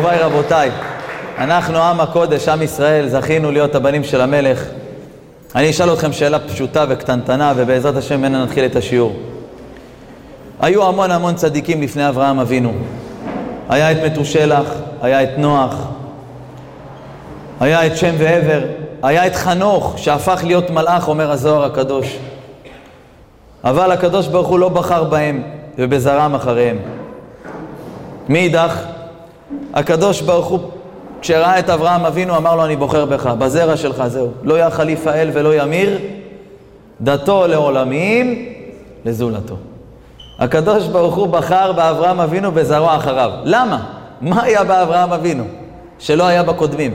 מוריי רבותיי, אנחנו עם הקודש, עם ישראל, זכינו להיות הבנים של המלך. אני אשאל אתכם שאלה פשוטה וקטנטנה, ובעזרת השם ממנה נתחיל את השיעור. היו המון צדיקים לפני אברהם אבינו. היה את מתושלח, היה את נוח, היה את שם ועבר, היה את חנוך שהפך להיות מלאך, אומר הזוהר הקדוש. אבל הקדוש ברוך הוא לא בחר בהם ובזרם אחריהם. מאידך, הקדוש ברוך הוא כשראה את אברהם אבינו אמר לו, אני בוחר בך, בזרע שלך, זהו. לא יחליף האל ולא ימיר, דתו לעולמים לזולתו. הקדוש ברוך הוא בחר באברהם אבינו בזרוע אחריו. למה? מה היה באברהם אבינו שלא היה בקודמים?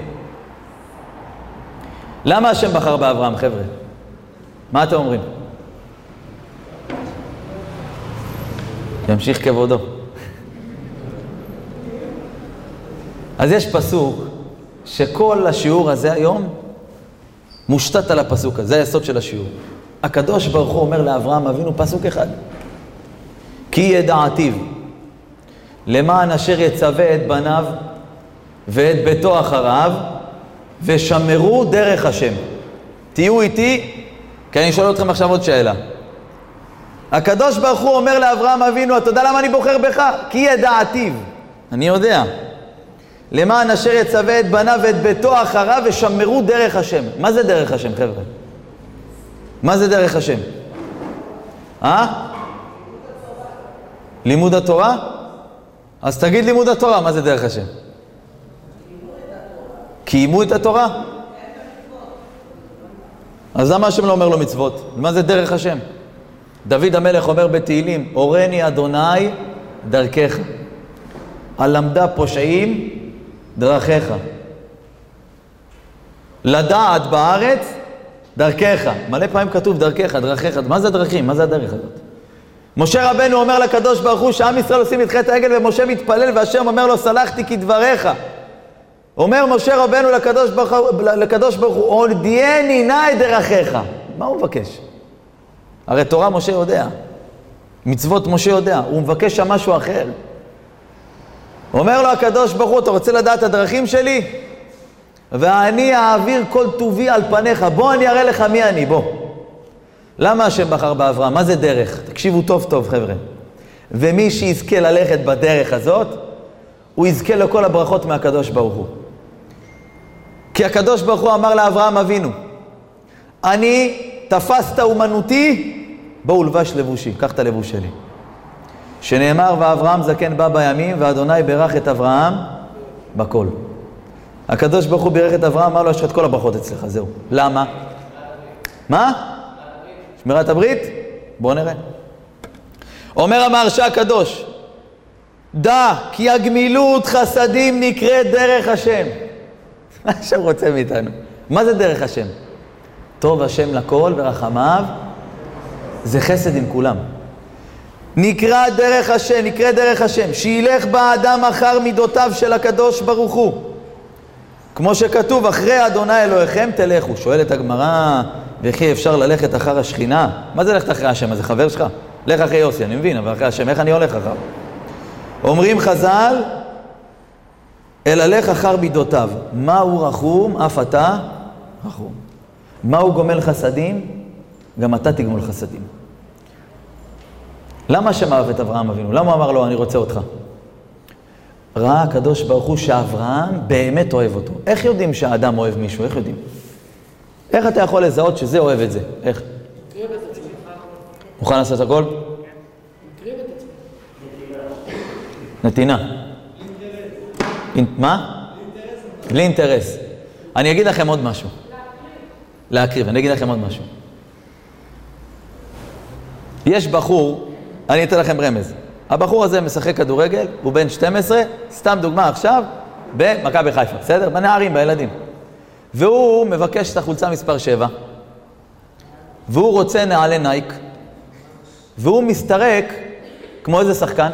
למה השם בחר באברהם, חבר'ה? מה אתם אומרים? ימשיך כבודו. אז יש פסוק שכל השיעור הזה היום מושתת על הפסוק הזה, זה היסוד של השיעור. הקדוש ברוך הוא אומר לאברהם אבינו פסוק אחד. כי ידעתיו, למען אשר יצווה את בניו ואת ביתו אחריו, ושמרו דרך השם. תהיו איתי, כי אני שואל אתכם עכשיו עוד שאלה. הקדוש ברוך הוא אומר לאברהם אבינו, אתה יודע למה אני בוחר בך? כי ידעתיו, אני יודע. למען אשר יצווה את בניו ואת ביתו אחריו, ושמרו דרך השם. מה זה דרך השם, חבר'ה? מה זה דרך השם? לימוד התורה? אז תגיד לימוד התורה, מה זה דרך השם? קיימו את התורה? אז למה השם לא אומר לו מצוות? מה זה דרך השם? דוד המלך אומר בתהילים, אורני אדוני דרכך, הלמדה פושעים דרכך, לדעת בארץ דרכך. מלא פעמים כתוב דרכך, דרכך. מה זה הדרכים? מה זה הדרך הזאת? משה רבנו אומר לקדוש ברוך הוא שעם ישראל עושים את חטא העגל, ומשה מתפלל והשם אומר לו סלחתי כדבריך. אומר משה רבנו לקדוש ברוך הוא, הודיעני נא את דרכיך. מה הוא מבקש? הרי תורה משה יודע, מצוות משה יודע, הוא מבקש שם משהו אחר. אומר לו הקדוש ברוך הוא, אתה רוצה לדעת את הדרכים שלי? ואני אעביר כל טובי על פניך, בוא אני אראה לך מי אני, בוא. למה השם בחר באברהם? מה זה דרך? תקשיבו טוב חבר'ה. ומי שיזכה ללכת בדרך הזאת, הוא יזכה לכל הברכות מהקדוש ברוך הוא. כי הקדוש ברוך הוא אמר לאברהם אבינו, אני תפסת אומנותי, בואו לבש לבושי, קח את הלבוש שלי. שנאמר, ואברהם זקן בא בימים, ואדוני ברך את אברהם בכל. הקדוש ברוך הוא בירך את אברהם, אמר לו, יש את כל הברכות אצלך, זהו. למה? מה? שמירת הברית? בואו נראה. אומר המהרש"א הקדוש, דע כי הגמילות חסדים נקראת דרך השם. מה השם רוצה מאיתנו? מה זה דרך השם? טוב השם לכל ורחמיו, זה חסד עם כולם. נקרא דרך השם, נקרא דרך השם, שילך באדם אחר מידותיו של הקדוש ברוך הוא. כמו שכתוב, אחרי אדוני אלוהיכם תלכו. שואלת הגמרא, וכי אפשר ללכת אחר השכינה? מה זה ללכת אחרי השם? זה חבר שלך? לך אחרי יוסי, אני מבין, אבל אחרי השם, איך אני הולך אחר? אומרים חז"ל, אלא לך אחר מידותיו. מהו רחום? אף אתה רחום. מהו גומל חסדים? גם אתה תגמול חסדים. למה השם אהב את אברהם אבינו? למה הוא אמר לו, אני רוצה אותך? ראה הקדוש ברוך הוא שאברהם באמת אוהב אותו. איך יודעים שהאדם אוהב מישהו? איך יודעים? איך אתה יכול לזהות שזה אוהב את זה? איך? מקריב את עצמך. מוכן לעשות הכל? כן. מקריב את עצמך. נתינה. מה? בלי אינטרס. אני אגיד לכם עוד משהו. להקריב. אני אגיד לכם עוד משהו. יש בחור, אני אתן לכם רמז. הבחור הזה משחק כדורגל, הוא בן 12, סתם דוגמה עכשיו, במכבי חיפה, בסדר? בנערים, בילדים. והוא מבקש את החולצה מספר 7, והוא רוצה נעלי נייק, והוא מסתרק כמו איזה שחקן?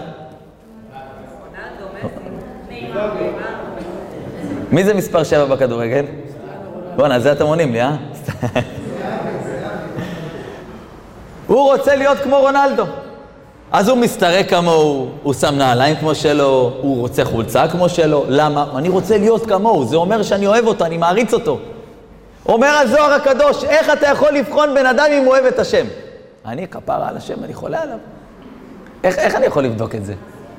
מי זה מספר 7 בכדורגל? בוא'נה, זה אתם עונים לי, הוא רוצה להיות כמו רונלדו. אז הוא מסתרק כמוהו, הוא שם נעליים כמו שלו, הוא רוצה חולצה כמו שלו. למה? אני רוצה להיות כמוהו, זה אומר שאני אוהב אותו, אני מעריץ אותו. אומר הזוהר הקדוש, איך אתה יכול לבחון בן אדם אם הוא אוהב את השם? אני כפרה על השם, אני חולה עליו. איך אני יכול לבדוק את זה?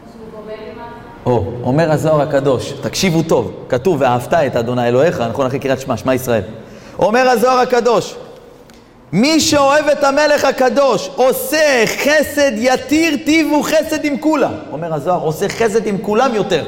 אומר הזוהר הקדוש, תקשיבו טוב, כתוב, ואהבת את אדוני אלוהיך, נכון אחרי קריאת שמע, שמע ישראל. אומר הזוהר הקדוש, מי שאוהב את המלך הקדוש, עושה חסד יתיר טיבו חסד עם כולם. אומר הזוהר, עושה חסד עם כולם יותר.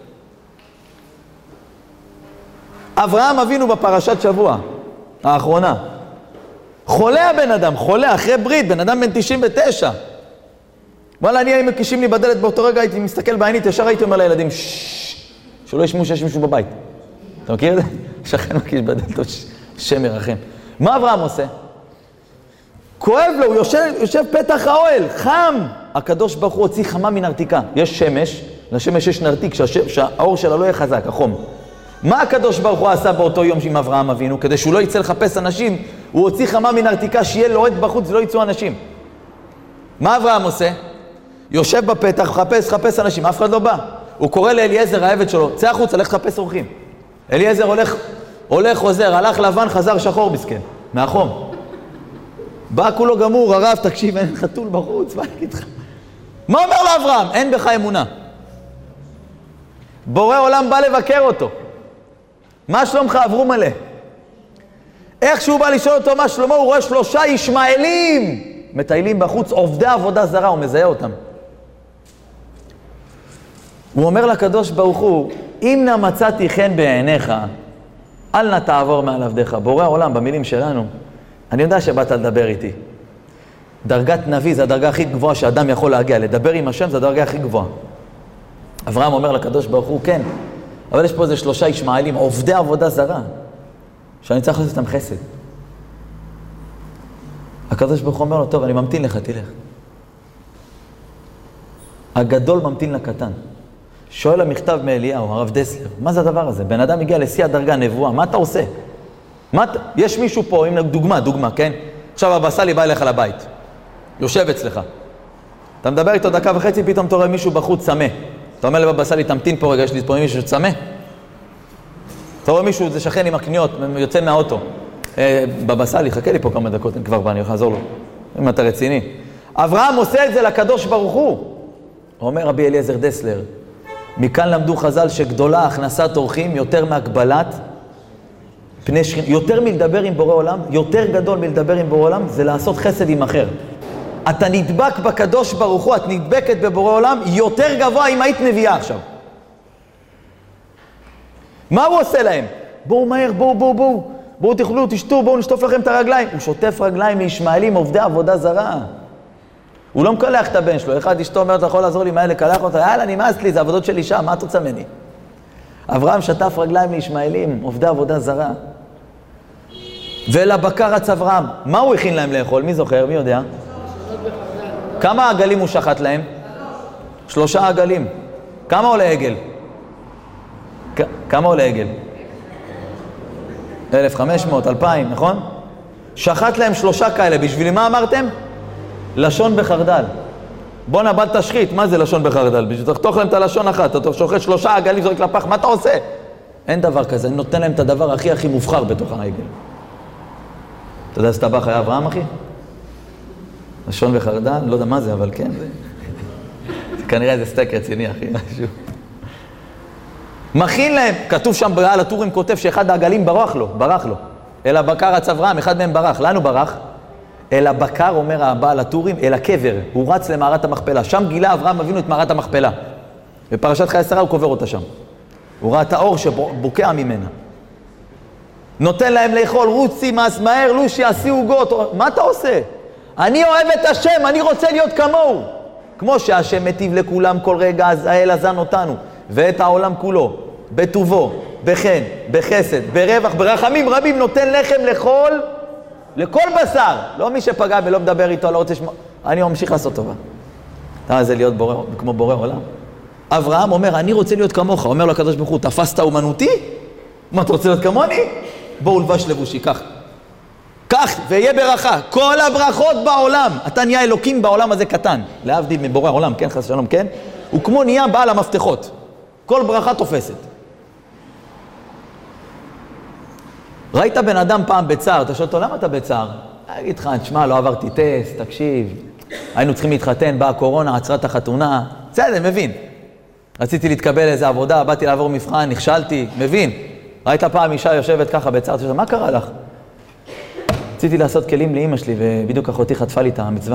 אברהם אבינו בפרשת שבוע, האחרונה. חולה הבן אדם, חולה אחרי ברית, בן אדם בן 99. וואלה, אני הייתי מקישים לי בדלת באותו רגע, הייתי מסתכל בעינית, ישר הייתי אומר לילדים, שלא ישמעו שיש מישהו בבית. אתה מכיר את זה? שכן מקיש בדלת, שם ירחם. מה אברהם עושה? כואב לו, הוא יושב פתח האוהל, חם. הקדוש ברוך הוא הוציא חמה מנרתיקה. יש שמש, לשמש יש נרתיק, שהאור שלה לא יהיה חזק, החום. מה הקדוש ברוך הוא עשה באותו יום עם אברהם אבינו? כדי שהוא לא יצא לחפש אנשים, הוא הוציא חמה מנרתיקה שיהיה לוהט בחוץ ולא יצאו אנשים. מה אברהם עושה? יושב בפתח, חפש אנשים, אף אחד לא בא. הוא קורא לאליעזר העבד שלו, צא החוצה, לך לחפש אורחים. אליעזר הולך, חוזר, הלך לבן, חזר שחור בסכן, מהחום. בא כולו גמור, הרב, תקשיב, אין חתול בחוץ, מה נגיד לך? מה אומר לאברהם? אין בך אמונה. בורא עולם בא לבקר אותו. מה שלומך? עברו מלא. איך שהוא בא לשאול אותו מה שלמה, הוא רואה 3 ישמעאלים מטיילים בחוץ, עובדי עבודה זרה, הוא מזהה אותם. הוא אומר לקדוש ברוך הוא, אם נא מצאתי חן בעיניך, אל נא תעבור מעל עבדיך. בורא העולם, במילים שלנו, אני יודע שבאת לדבר איתי. דרגת נביא זה הדרגה הכי גבוהה שאדם יכול להגיע. לדבר עם השם זה הדרגה הכי גבוהה. אברהם אומר לקדוש ברוך הוא, כן, אבל יש פה איזה 3 ישמעאלים, עובדי עבודה זרה, שאני צריך לעשות איתם חסד. הקדוש ברוך הוא אומר לו, טוב, אני ממתין לך, תלך. הגדול ממתין לקטן. שואל המכתב מאליהו, הרב דסלר, מה זה הדבר הזה? בן אדם הגיע לשיא הדרגה, נבואה, מה אתה עושה? יש מישהו פה, אם דוגמה, כן? עכשיו הבא סאלי בא אליך לבית, יושב אצלך. אתה מדבר איתו 1.5 דקות, פתאום אתה רואה מישהו בחוץ צמא. אתה אומר לבא סאלי, תמתין פה רגע, יש לי פה מישהו שצמא. אתה רואה מישהו, זה שכן עם הקניות, יוצא מהאוטו. בבא סאלי, חכה לי פה כמה דקות, אני כבר בא, אני הולך לעזור לו. אם אתה רציני. אברהם עושה את זה לקדוש ברוך הוא. אומר רבי אליעזר דסלר, מכאן למדו חז"ל שגדולה הכנסת אורחים יותר מהגבלת פני שכין, יותר מלדבר עם בורא עולם, יותר גדול מלדבר עם בורא עולם, זה לעשות חסד עם אחר. אתה נדבק בקדוש ברוך הוא, את נדבקת בבורא עולם, יותר גבוה אם היית נביאה עכשיו. מה הוא עושה להם? בואו מהר, בואו תאכלו, תשתו, בואו נשטוף לכם את הרגליים. הוא שוטף רגליים מישמעאלים, עובדי עבודה זרה. הוא לא מקלח את הבן שלו. אחד אשתו אומרת, אתה יכול לעזור לי, מה לקלח אותה? יאללה, נמאס לי, זה עבודות של אישה, מה את רוצה ממני? אברהם שטף רגליים מישמעאלים, עובדי עבודה זרה. ולבקר רץ אברהם. מה הוא הכין להם לאכול? מי זוכר? מי יודע? כמה עגלים הוא שחט להם? 3 עגלים. כמה עולה עגל? כמה עולה עגל? 1,500, 2,000, נכון? שחט להם 3 כאלה. בשביל מה אמרתם? לשון בחרדל. בוא נבל תשחית, מה זה לשון בחרדל? בשביל תחתוך להם את הלשון אחת, אתה שוחט 3 עגלים, זורק לפח, מה אתה עושה? אין דבר כזה, אני נותן להם את הדבר הכי מובחר בתוך העגל. אתה יודע שאתה בא חיי אברהם, אחי? לשון בחרדל? לא יודע מה זה, אבל כן, זה כנראה איזה סטייק רציני, אחי, משהו. מכין להם, כתוב שם בעל הטורים, כותב שאחד העגלים ברח לו. אלא בקר רץ אברהם, אחד מהם ברח. לאן הוא ברח? אל הבקר, אומר הבעל הטורים, אל הקבר. הוא רץ למערת המכפלה. שם גילה אברהם אבינו את מערת המכפלה. בפרשת חיי שרה הוא קובר אותה שם. הוא ראה את האור שבוקע ממנה. נותן להם לאכול, רוצי, מהר, לושי, עשי עוגות. מה אתה עושה? אני אוהב את השם, אני רוצה להיות כמוהו. כמו שהשם מטיב לכולם כל רגע, אז האל אזן אותנו. ואת העולם כולו, בטובו, בחן, בחסד, ברווח, ברחמים רבים, נותן לחם לאכול לכל בשר. לא מי שפגע ולא מדבר איתו, לא רוצה לשמוע. אני ממשיך לעשות טובה. זה להיות כמו בורא עולם. אברהם אומר, אני רוצה להיות כמוך. אומר לו הקדוש ברוך הוא, תפסת אומנותי? מה, אתה רוצה להיות כמוני? בואו לבש לבושי, כך. כך, ויהיה ברכה. כל הברכות בעולם. אתה נהיה אלוקים בעולם הזה קטן. להבדיל מבורא העולם, כן, חס שלום, כן? הוא כמו נהיה בעל המפתחות. כל ברכה תופסת. ראית בן אדם פעם בצער, אתה שואל אותו, למה אתה בצער? אני אגיד לך, תשמע, לא עברתי טסט, תקשיב. היינו צריכים להתחתן, באה הקורונה, עצרה את החתונה. בסדר, מבין. רציתי להתקבל איזה עבודה, באתי לעבור מבחן, נכשלתי, מבין. ראית פעם אישה יושבת ככה בצער, אתה שואל, מה קרה לך? רציתי לעשות כלים לאמא שלי, ובדיוק אחותי חטפה לי את המצווה.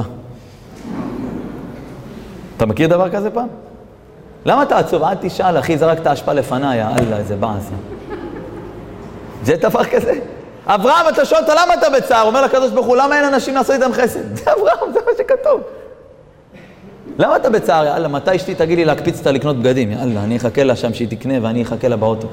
אתה מכיר דבר כזה פעם? למה אתה עצוב? אל תשאל, אחי, זרקת אשפה לפניי, יאללה, איזה בעס. זה דבר כזה? אברהם, אתה שואל אותו, למה אתה בצער? אומר לקדוש ברוך הוא, למה אין אנשים לעשות איתם חסד? זה אברהם, זה מה שכתוב. למה אתה בצער? יאללה, מתי אשתי תגיד לי להקפיץ אותה לקנות בגדים? יאללה, אני אחכה לה שם שהיא תקנה ואני אחכה לה באוטו.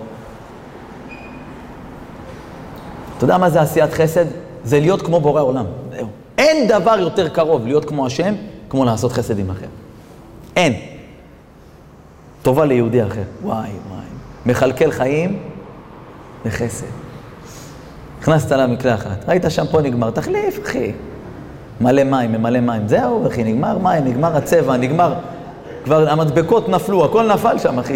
אתה יודע מה זה עשיית חסד? זה להיות כמו בורא עולם. אין דבר יותר קרוב להיות כמו השם, כמו לעשות חסד עם אחר. אין. טובה ליהודי אחר. וואי. מחלקל חיים לחסד. נכנסת למקרה אחת. ראית שם פה נגמר. תחליף, אחי. מלא מים. זהו, אחי, נגמר מים, נגמר הצבע, נגמר... כבר המדבקות נפלו, הכל נפל שם, אחי.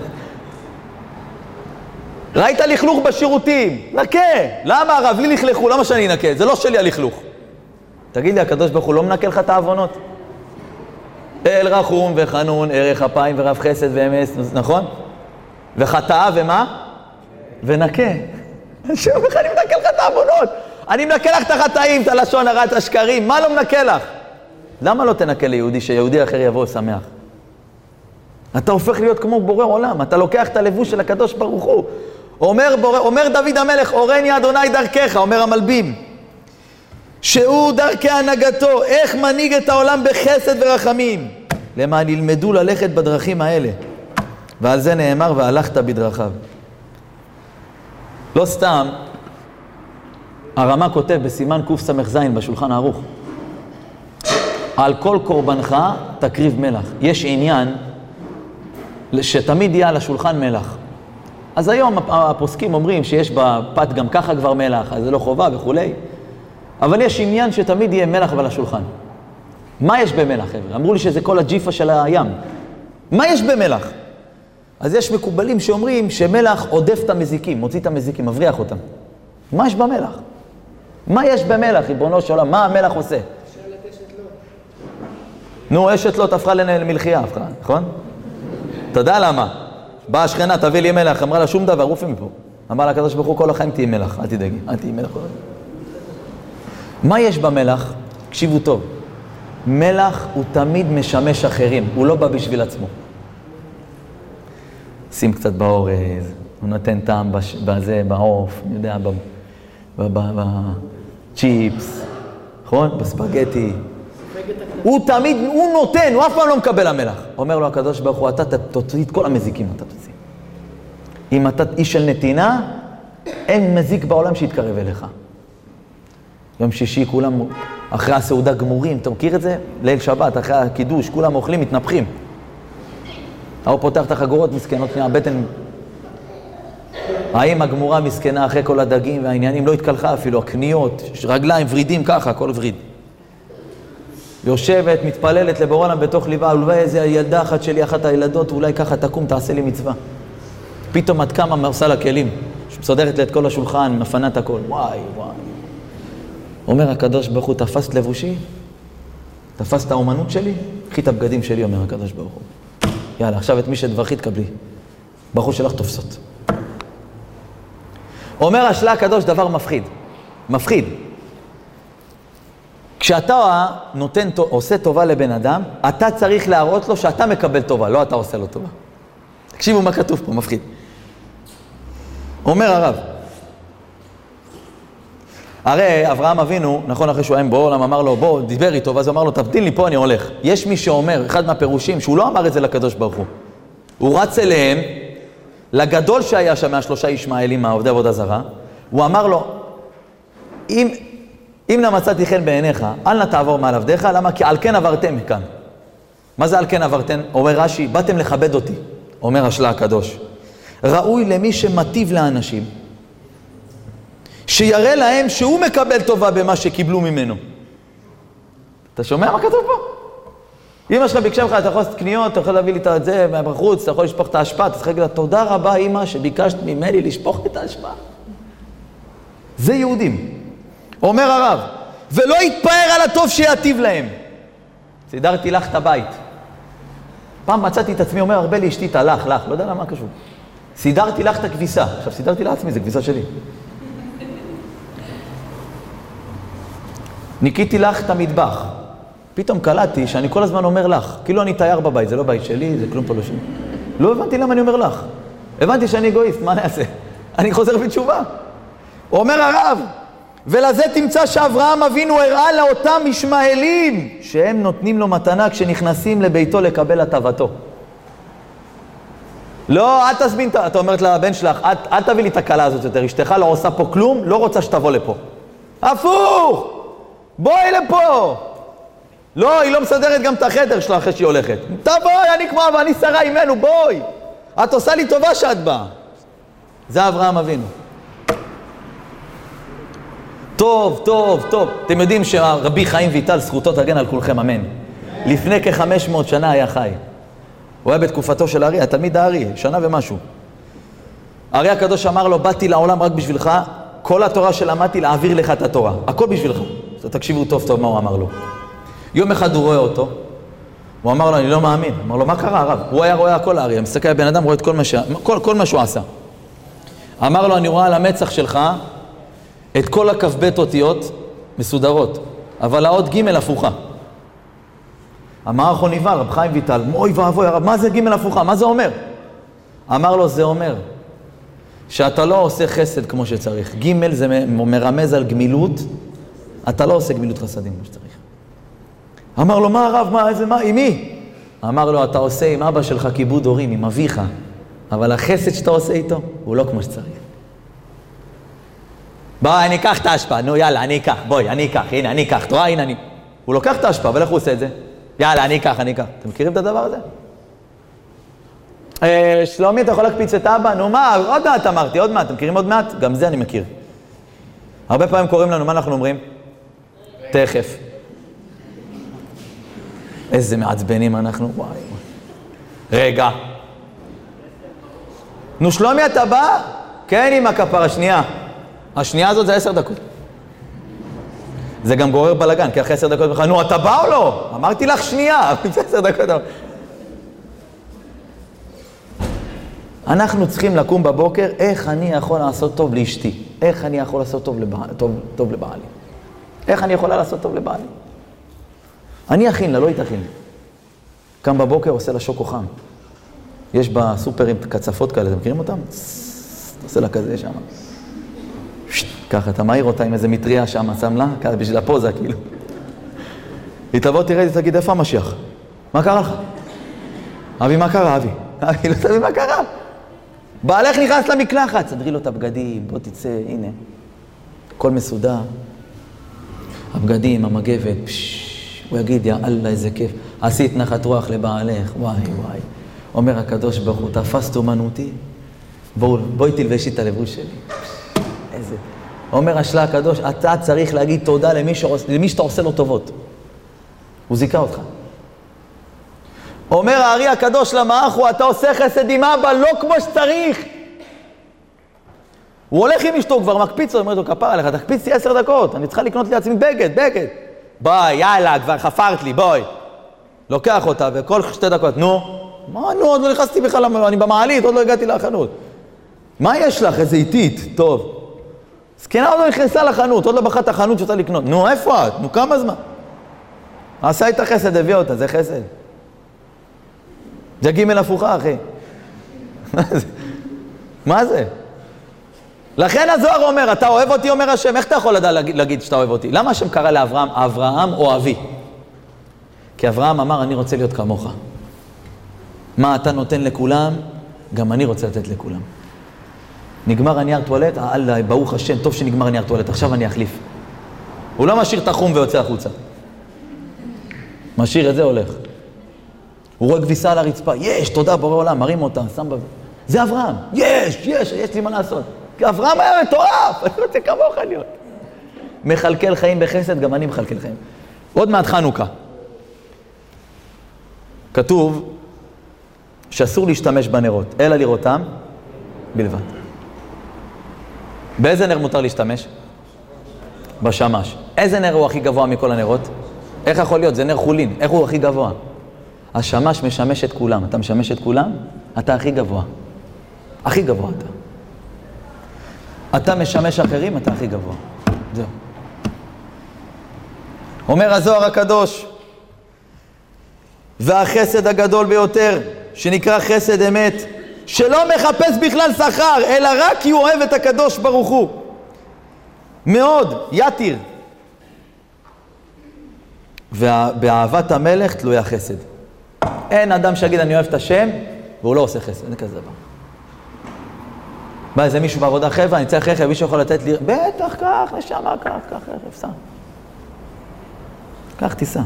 ראית לכלוך בשירותים, נקה. למה הרב? לי לכלכו, למה שאני נקה? זה לא שלי הלכלוך. תגיד לי, הקדוש ברוך הוא לא מנקה לך את העוונות? אל רחום וחנון, ערך אפיים ורב חסד ואמס, נכון? וחטאה ומה? ונקה. אני אומר לך, אני מנקה לך את העוונות. אני מנקה לך את החטאים, את הלשון הרע, את השקרים. מה לא מנקה לך? למה לא תנקה ליהודי, שיהודי אחר יבוא שמח? אתה הופך להיות כמו בורא עולם. אתה לוקח את הלבוש של הקדוש ברוך הוא. אומר דוד המלך, אורני אדוני דרכך, אומר המלבים. שהוא דרכי הנהגתו, איך מנהיג את העולם בחסד ורחמים. למען ילמדו ללכת בדרכים האלה. ועל זה נאמר, והלכת בדרכיו. לא סתם, הרמ"א כותב בסימן קס"ז בשולחן ערוך, על כל קורבנך תקריב מלח. יש עניין שתמיד יהיה על השולחן מלח. אז היום הפוסקים אומרים שיש בפת גם ככה כבר מלח, אז זה לא חובה וכולי. אבל יש עניין שתמיד יהיה מלח על השולחן. מה יש במלח, חבר'ה? אמרו לי שזה כל הג'יפה של הים. מה יש במלח? אז יש מקובלים שאומרים שמלח עודף את המזיקים, מוציא את המזיקים, מבריח אותם. מה יש במלח? מה יש במלח, ריבונו של עולם? מה המלח עושה? שאלת אשת לוט. נו, אשת לוט הפכה למלחייה, נכון? אתה יודע למה? באה השכנה, תביא לי מלח, אמרה לה שום דבר, רופי מפה. אמרה לה הקדוש ברוך הוא, כל החיים תהי מלח, אל תדאגי, אל תהי מלח. מה יש במלח? תקשיבו טוב. מלח הוא תמיד משמש אחרים, הוא לא בא בשביל עצמו. שים קצת באורז, הוא נותן טעם בזה, בעוף, אני יודע, בצ'יפס, נכון? בספגטי. הוא תמיד, הוא נותן, הוא אף פעם לא מקבל המלח. אומר לו הקדוש ברוך הוא, אתה תוציא את כל המזיקים, אתה תוציא. אם אתה איש של נתינה, אין מזיק בעולם שיתקרב אליך. יום שישי כולם, אחרי הסעודה גמורים, אתה מכיר את זה? ליל שבת, אחרי הקידוש, כולם אוכלים, מתנפחים. הוא פותח את החגורות מסכנות, מהבטן. האם הגמורה מסכנה אחרי כל הדגים והעניינים לא התקלחה אפילו, הקניות, רגליים, ורידים ככה, כל וריד. יושבת, מתפללת לבורא עולם בתוך ליבה, אולי איזה ילדה אחת שלי, אחת הילדות, אולי ככה תקום, תעשה לי מצווה. פתאום עד כמה עושה לה כלים, שמסודרת לה את כל השולחן, מפנה את הכל. וואי. אומר הקדוש ברוך הוא, תפסת לבושי? תפסת האומנות שלי? קחי את הבגדים שלי, אומר הקדוש ברוך הוא. יאללה, עכשיו את מי שדברכי תקבלי. ברוך הוא שלך תופסות. אומר השלה הקדוש דבר מפחיד. מפחיד. כשאתה עושה טובה לבן אדם, אתה צריך להראות לו שאתה מקבל טובה, לא אתה עושה לו טובה. תקשיבו מה כתוב פה, מפחיד. אומר הרב, הרי אברהם אבינו, נכון אחרי שהוא היה בעולם, אמר לו, בוא, דיבר איתו, ואז הוא אמר לו, תבדיל לי פה, אני הולך. יש מי שאומר, אחד מהפירושים, שהוא לא אמר את זה לקדוש ברוך הוא. הוא רץ אליהם, לגדול שהיה שם מהשלושה ישמעאלים, מהעובדי עבודה זרה, הוא אמר לו, אם נא מצאתי חן בעיניך, אל נא תעבור מעל עבדיך, למה? כי על כן עברתם כאן. מה זה על כן עברתם? אומר רש"י, באתם לכבד אותי, אומר השלה הקדוש. ראוי למי שמטיב לאנשים, שיראה להם שהוא מקבל טובה במה שקיבלו ממנו. אתה שומע מה כתוב פה? אמא שלך ביקשה לך, אתה יכול לעשות קניות, אתה יכול להביא לי את זה בחוץ, אתה יכול לשפוך את האשפה, אתה צריך להגיד לה, תודה רבה אמא שביקשת ממני לשפוך את האשפה. זה יהודים. אומר הרב, ולא יתפאר על הטוב שיעטיב להם. סידרתי לך את הבית. פעם מצאתי את עצמי, אומר הרבה לאשתי, תלך, לא יודע למה קשור. סידרתי לך את הכביסה. עכשיו סידרתי לעצמי, זה כביסה שלי. ניקיתי לך את המטבח. פתאום קלטתי שאני כל הזמן אומר לך. כאילו אני תייר בבית, זה לא בית שלי, זה כלום פה לא שלי. לא הבנתי למה אני אומר לך. הבנתי שאני אגואיסט, מה נעשה? אני חוזר בתשובה. אומר הרב, ולזה תמצא שאברהם אבינו הראה לאותם ישמעאלים שהם נותנים לו מתנה כשנכנסים לביתו לקבל הטבתו. לא, אל תזמין, אתה אומרת לבן שלך, אל תביא לי את הקלה הזאת יותר, אשתך לא עושה פה כלום, לא רוצה שתבוא לפה. הפוך! בואי לפה! לא, היא לא מסדרת גם את החדר שלה אחרי שהיא הולכת. תבואי, אני כמו ואני שרה אימנו, בואי! את עושה לי טובה שאת באה. זה אברהם אבינו. טוב, טוב, טוב. אתם יודעים שרבי חיים ויטל, זכותו תגן על כולכם, אמן. לפני כ-500 שנה היה חי. הוא היה בתקופתו של הארי, התלמיד הארי, שנה ומשהו. הארי הקדוש אמר לו, באתי לעולם רק בשבילך, כל התורה שלמדתי להעביר לך את התורה. הכל בשבילך. תקשיבו טוב טוב מה הוא אמר לו. יום אחד הוא רואה אותו, הוא אמר לו, אני לא מאמין. אמר לו, מה קרה הרב? הוא היה רואה הכל הארי, מסתכל בן אדם, רואה את כל מה שהוא עשה. אמר לו, אני רואה על המצח שלך את כל הכ"ב אותיות מסודרות, אבל האות ג' הפוכה. אמר החוניבה, רב חיים ויטל, אוי ואבוי הרב, מה זה ג' הפוכה? מה זה אומר? אמר לו, זה אומר שאתה לא עושה חסד כמו שצריך. ג' זה מרמז על גמילות, אתה לא עושה גמילות חסדים כמו שצריך. אמר לו, מה הרב, מה, איזה, מה, עם מי? אמר לו, אתה עושה עם אבא שלך כיבוד הורים, עם אביך, אבל החסד שאתה עושה איתו, הוא לא כמו שצריך. בואי, אני אקח את ההשפעה, נו יאללה, אני אקח, בואי, אני אקח, הנה, אני אקח, תראה, הנה אני. הוא לוקח את ההשפעה, אבל איך הוא עושה את זה? יאללה, אני אקח. אתם מכירים את הדבר הזה? שלומי, אתה יכול להקפיץ את אבא? נו מה, עוד מעט אמרתי, עוד מעט. אתם מכירים עוד מעט? גם זה אני מכיר. הרבה פעמים קוראים לנו, מה אנחנו אומרים? תכף. איזה מעצבנים אנחנו, וואי. רגע. נו שלומי, אתה בא? כן, עם הכפרה, שנייה. השנייה הזאת זה 10 דקות. זה גם גורר בלגן, כי אחרי 10 דקות בכלל, נו, אתה בא או לא? אמרתי לך שנייה, זה 10 דקות. אנחנו צריכים לקום בבוקר, איך אני יכול לעשות טוב לאשתי? איך אני יכול לעשות טוב לבעלי? איך אני יכולה לעשות טוב לבעלי? אני אכין לה, לא תכין לי. קם בבוקר, עושה לה שוקו חם. יש בסופרים קצפות כאלה, אתם מכירים אותם? עושה לה כזה שם. ככה, אתה מהיר אותה עם איזה מטריה שם, שם לה, ככה בשביל הפוזה, כאילו. היא תבוא, תראה, תגיד, איפה המשיח? מה קרה לך? אבי, מה קרה, אבי? אבי, לא תבין מה קרה. בעלך נכנס למקלחת, סדרי לו את הבגדים, בוא תצא, הנה. הכל מסודר. הבגדים, המגבת, הוא יגיד, יא אללה, איזה כיף. עשית נחת רוח לבעלך, וואי, וואי. אומר הקדוש ברוך הוא, תפסת אומנותי, בואי תלבשי את הלבוש שלי. איזה... אומר השלה הקדוש, אתה צריך להגיד תודה למי שאתה עושה לו טובות. הוא זיקה אותך. אומר הארי הקדוש למאחו, אתה עושה חסד עם אבא, לא כמו שצריך. הוא הולך עם אשתו, כבר מקפיץ לו, אומר לו, כפר עליך, תקפיץ לי 10 דקות, אני צריכה לקנות לי עצמי בגד. בואי, יאללה, כבר חפרת לי, בואי. לוקח אותה, וכל 2 דקות, נו. מה, נו, עוד לא נכנסתי בכלל, אני במעלית, עוד לא הגעתי לחנות. מה יש לך? איזה איטית, טוב. סכנה עוד לא נכנסה לחנות, עוד לא בחת החנות שאתה לקנות. נו, איפה את? נו, כמה זמן? עשה איתה חסד, הביא אותה, זה חסד. זה ג' הפוכה, אחי. מה זה? לכן הזוהר אומר, אתה אוהב אותי, אומר השם, איך אתה יכול להגיד שאתה אוהב אותי? למה השם קרא לאברהם, אברהם אוהבי? כי אברהם אמר, אני רוצה להיות כמוך. מה אתה נותן לכולם? גם אני רוצה לתת לכולם. נגמר הנייר טואלט, אללה, ברוך השם, טוב שנגמר הנייר טואלט, עכשיו אני אחליף. הוא לא משאיר את החום ויוצא החוצה. משאיר את זה, הולך. הוא רואה כביסה על הרצפה, יש, תודה בורא עולם, מרים אותה, שם בזה. זה אברהם, יש לי מה לעשות. אברהם היה מטורף, אני רוצה כמוך להיות. מחלקל חיים בחסד, גם אני מחלקל חיים. עוד מעט חנוכה. כתוב שאסור להשתמש בנרות, אלא לראותם בלבד. באיזה נר מותר להשתמש? בשמש. איזה נר הוא הכי גבוה מכל הנרות? איך יכול להיות? זה נר חולין. איך הוא הכי גבוה? השמש משמש את כולם. אתה משמש את כולם? אתה הכי גבוה. הכי גבוה אתה. אתה משמש אחרים, אתה הכי גבוה. זהו. אומר הזוהר הקדוש, והחסד הגדול ביותר, שנקרא חסד אמת, שלא מחפש בכלל שכר, אלא רק כי הוא אוהב את הקדוש ברוך הוא. מאוד, יתיר. ובאהבת המלך תלוי החסד. אין אדם שיגיד אני אוהב את השם, והוא לא עושה חסד, אין כזה דבר. בא איזה מישהו בעבודה, חבר'ה, אני צריך רכב, מישהו יכול לתת לי, בטח, כך, נשמה, כך רכב, סע. כך תיסע.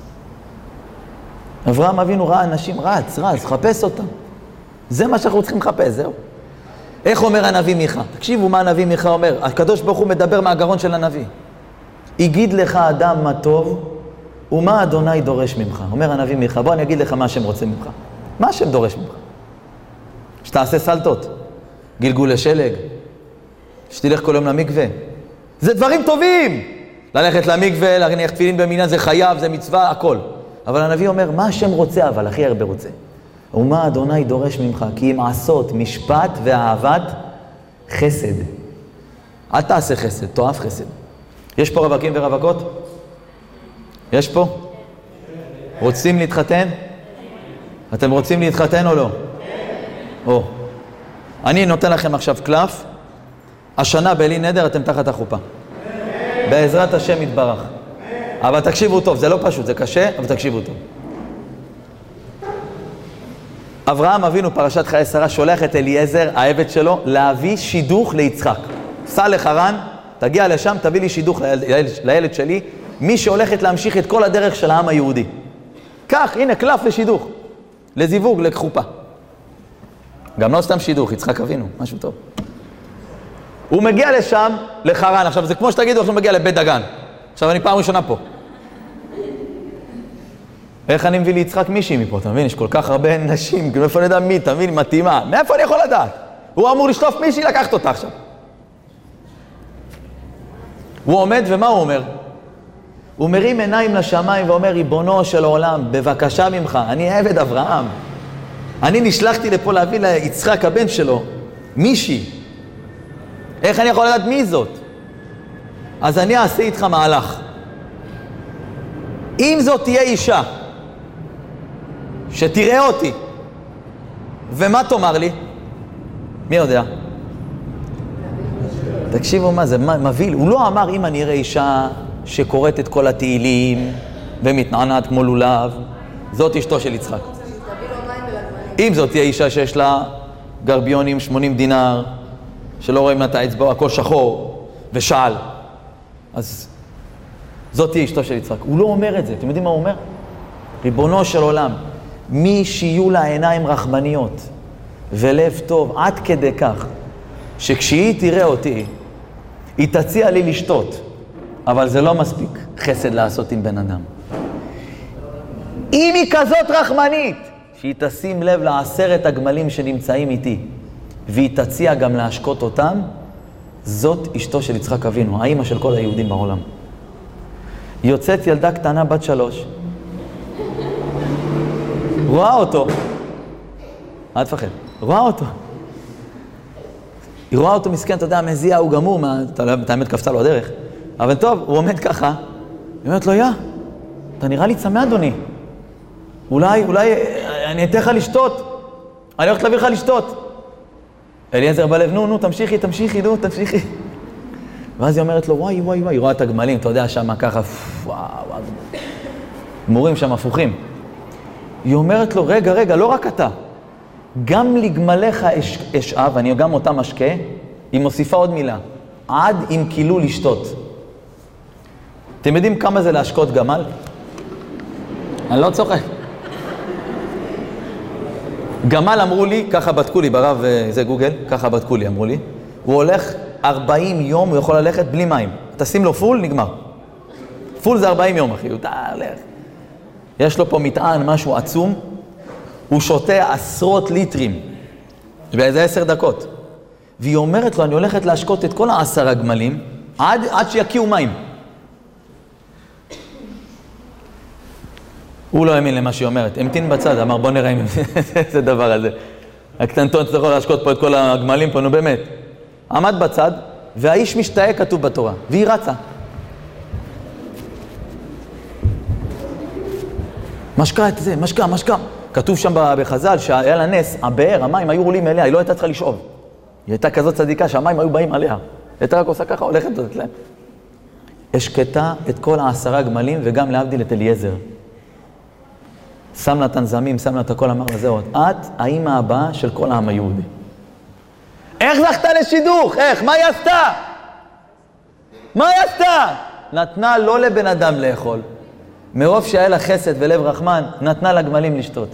אברהם אבינו ראה אנשים, רץ, חפש אותם. זה מה שאנחנו צריכים לחפש, זהו. איך אומר הנביא מיכה? תקשיבו מה הנביא מיכה אומר. הקדוש ברוך הוא מדבר מהגרון של הנביא. הגיד לך אדם מה טוב, ומה אדוני דורש ממך. אומר הנביא מיכה, בוא אני אגיד לך מה השם רוצה ממך. מה השם דורש ממך? שתעשה סלטות, גלגול לשלג, שתלך כל יום למקווה. זה דברים טובים. ללכת למקווה, להניח תפילין במניין, זה חייב, זה מצווה, הכל. אבל הנביא אומר, מה השם רוצה, אבל הכי הרבה רוצה. ומה אדוני דורש ממך? כי אם עשות משפט ואהבת חסד. אל תעשה חסד, תאהב חסד. יש פה רווקים ורווקות? יש פה? רוצים להתחתן? אתם רוצים להתחתן או לא? או. אני נותן לכם עכשיו קלף. השנה בלי נדר אתם תחת החופה. בעזרת השם יתברך. אבל תקשיבו טוב, זה לא פשוט, זה קשה, אבל תקשיבו טוב. אברהם אבינו, פרשת חיי שרה, שולח את אליעזר, העבד שלו, להביא שידוך ליצחק. סע לחרן, תגיע לשם, תביא לי שידוך לילד שלי, מי שהולכת להמשיך את כל הדרך של העם היהודי. כך, הנה, קלף לשידוך, לזיווג, לחופה. גם לא סתם שידוך, יצחק אבינו, משהו טוב. הוא מגיע לשם, לחרן. עכשיו, זה כמו שתגידו, עכשיו מגיע לבית דגן. עכשיו, אני פעם ראשונה פה. איך אני מביא ליצחק מישהי מפה? אתה מבין? יש כל כך הרבה נשים, מאיפה אני יודע מי, אתה מבין? מתאימה. מאיפה אני יכול לדעת? הוא אמור לשטוף מישהי, לקחת אותה עכשיו. הוא עומד, ומה הוא אומר? הוא מרים עיניים לשמיים ואומר, ריבונו של העולם, בבקשה ממך, אני עבד אברהם. אני נשלחתי לפה להביא ליצחק הבן שלו, מישהי. איך אני יכול לדעת מי זאת? אז אני אעשה איתך מהלך. אם זאת תהיה אישה, שתראה אותי, ומה תאמר לי? מי יודע? תקשיבו מה זה, מביא, הוא לא אמר אם אני אראה אישה שקוראת את כל התהילים ומתנענת כמו לולב, זאת אשתו של יצחק. אם זאת תהיה אישה שיש לה גרביונים 80 דינר, שלא רואים את האצבע, הכל שחור ושעל, אז זאת תהיה אשתו של יצחק. הוא לא אומר את זה, אתם יודעים מה הוא אומר? ריבונו של עולם, מי שיהיו לה עיניים רחמניות ולב טוב עד כדי כך, שכשהיא תראה אותי, היא תציע לי לשתות, אבל זה לא מספיק חסד לעשות עם בן אדם. אם היא כזאת רחמנית, שהיא תשים לב ל10 הגמלים שנמצאים איתי, והיא תציע גם להשקות אותם, זאת אשתו של יצחק אבינו, האמא של כל היהודים בעולם. יוצאת ילדה קטנה בת 3, רואה אותו, אל תפחד, רואה אותו. היא רואה אותו מסכן, אתה יודע, מזיע, הוא גמור, את האמת קפצה לו הדרך. אבל טוב, הוא עומד ככה, היא אומרת לו, אתה נראה לי צמא אדוני. אולי אני אתן לך לשתות. אני הולכת להביא לך לשתות. אליעזר בלב, נו, תמשיכי. ואז היא אומרת לו, וואי, היא רואה את הגמלים, אתה יודע, שם ככה, וואו, גמורים שם הפוכים. היא אומרת לו, רגע, לא רק אתה. גם לגמליך אשאב, אני גם אותה משקה, היא מוסיפה עוד מילה, עד אם קילו לשתות. אתם יודעים כמה זה להשקות גמל? אני לא צוחק. גמל אמרו לי, ככה בדקו לי ברב, זה גוגל, ככה בדקו לי, אמרו לי, הוא הולך 40 יום, הוא יכול ללכת בלי מים. תשים לו פול, נגמר. פול זה 40 יום, אחי, הוא הולך. יש לו פה מטען, משהו עצום, הוא שותה עשרות ליטרים, באיזה 10 דקות. והיא אומרת לו, אני הולכת להשקות את כל 10 גמלים, עד שיקיעו מים. הוא לא האמין למה שהיא אומרת, המתין בצד, אמר בוא נראה אם זה דבר הזה. הקטנטון צריך להשקות פה את כל הגמלים פה, נו באמת. עמד בצד, והאיש משתאה כתוב בתורה, והיא רצה. משקה את זה, משקה. כתוב שם בחז"ל שהיה לה נס, הבאר, המים היו עולים אליה, היא לא הייתה צריכה לשאוב. היא הייתה כזאת צדיקה שהמים היו באים עליה. הייתה רק עושה ככה, הולכת לתת להם. השקטה את כל 10 גמלים וגם להבדיל את אליעזר. שם לה תנזמים, שם לה את הכל, אמר לזה עוד. את האמא הבאה של כל העם היהודי. איך זכתה לשידוך? איך? מה היא עשתה? נתנה לא לבן אדם לאכול. מרוב שהיה לה חסד ולב רחמן, נתנה לגמלים לשתות.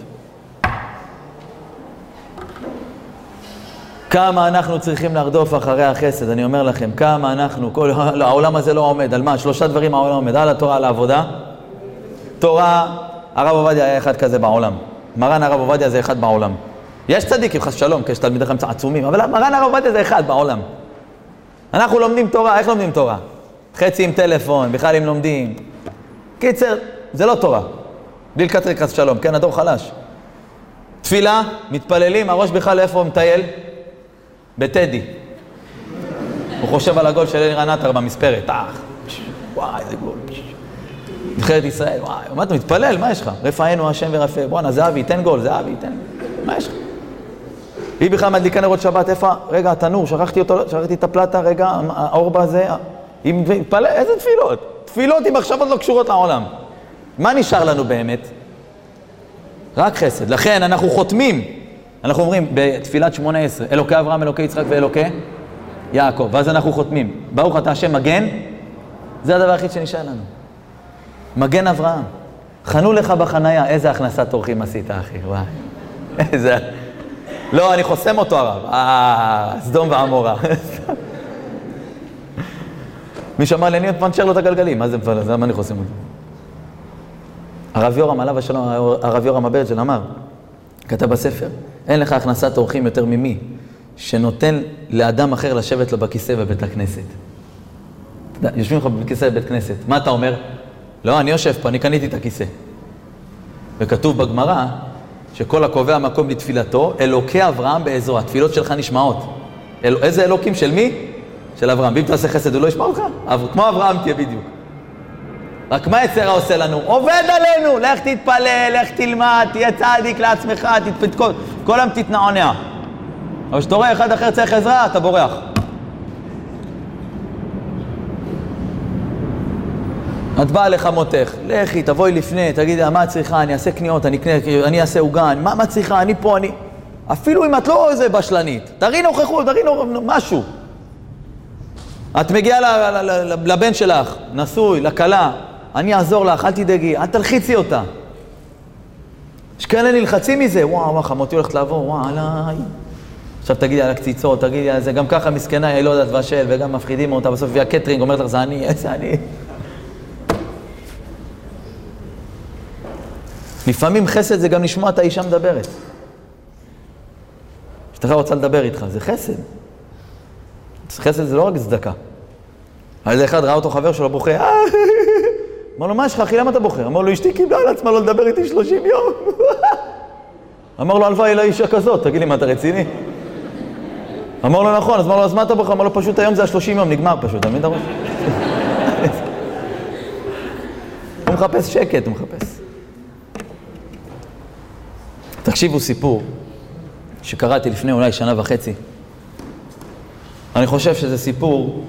כמה אנחנו צריכים לרדוף אחרי החסד, אני אומר לכם, כמה אנחנו, העולם הזה לא עומד, על מה? 3 דברים העולם עומד, על התורה, על העבודה. תורה, הרב עובדיה היה אחד כזה בעולם. מרן הרב עובדיה זה אחד בעולם. יש צדיקים, חס שלום, כי יש תלמידי חמצה עצומים, אבל מרן הרב עובדיה זה אחד בעולם. אנחנו לומדים תורה, איך לומדים תורה? חצי עם טלפון, בכלל אם לומדים. קיצר, זה לא תורה. בלי לקטריק חס שלום, כן, הדור חלש. תפילה, מתפללים, הראש בכלל איפה הוא מטייל? בטדי. הוא חושב על הגול של אלירן עטר במספרת. וואי, איזה גול. נבחרת ישראל, וואי, מה אתה מתפלל? מה יש לך? רפאנו השם ורפא. בואנה, זהבי, תן גול, זהבי, תן. מה יש לך? היא בכלל מדליקה נרות שבת, איפה? רגע, התנור, שכחתי את הפלטה, רגע, האור בזה. היא מתפלל, איזה תפילות? תפילות עם מחשבות לא קשורות לעולם. מה נשאר לנו באמת? רק חסד. לכן אנחנו חותמים. אנחנו אומרים בתפילת 18, אלוקי אברהם, אלוקי יצחק ואלוקי יעקב. ואז אנחנו חותמים. ברוך אתה השם מגן, זה הדבר היחיד שנשאר לנו. מגן אברהם. חנו לך בחנייה, איזה הכנסת אורחים עשית, אחי, וואי. איזה... לא, אני חוסם אותו הרב. סדום ועמורה. מי שאמר לי, אני פנצ'ר לו את הגלגלים. מה זה מפעל? זה מה אני חוסם אותו? הרב יורם, עליו השלום, הרב יורם הברג'ל אמר, כתב בספר, אין לך הכנסת אורחים יותר ממי, שנותן לאדם אחר לשבת לו בכיסא בבית הכנסת. יושבים לך בכיסא בבית כנסת, מה אתה אומר? לא, אני יושב פה, אני קניתי את הכיסא. וכתוב בגמרא, שכל הקובע מקום לתפילתו, אלוקי אברהם באזור, התפילות שלך נשמעות. איזה אלוקים של מי? של אברהם. ואם תעשה חסד, הוא לא ישמע אותך? כמו אברהם תהיה בדיוק. רק מה יצרה עושה לנו? עובד עלינו! לך תתפלל, לך תלמד, תהיה צדיק לעצמך, תתפתקות, כל היום תתנעונע. אבל שאתה רואה אחד אחר צריך עזרה, אתה בורח. את באה לחמותך, לכי, תבואי לפני, תגידי, מה את צריכה? אני אעשה קניות, אני אעשה עוגן, מה את צריכה? אני פה, אני... אפילו אם את לא איזה בשלנית, תראי נוכחות, תראי משהו. את מגיעה לבן שלך, נשוי, לכלה, אני אעזור לך, אל תדאגי, אל תלחיצי אותה. יש כאלה נלחצים מזה, וואו, חמותי הולכת לעבור, וואו, עליי. עכשיו תגידי על הקציצות, תגידי על זה, גם ככה מסכנה, היא לא יודעת בשל, וגם מפחידים אותה, בסוף היא הקטרינג, אומרת לך, זה אני, איזה אני. לפעמים חסד זה גם לשמוע את האישה מדברת. אשתך רוצה לדבר איתך, זה חסד. חסד זה לא רק צדקה. אז אחד ראה אותו חבר שלו בוכה, אמר לו, מה יש לך אחי, למה אתה בוכה? אמר לו, אשתי קיבלה על עצמה לא לדבר איתי 30 יום. אמר לו, הלוואי אלה אישה כזאת, תגיד לי, מה אתה רציני? אמר לו, נכון, אז אמר לו, אז מה אתה בוכה? אמר לו, פשוט היום זה 30 יום, נגמר פשוט, תמיד אתה רואה? הוא מחפש שקט, הוא מחפש. תקשיבו סיפור שקראתי לפני אולי 1.5 שנה. אני חושב שזה סיפור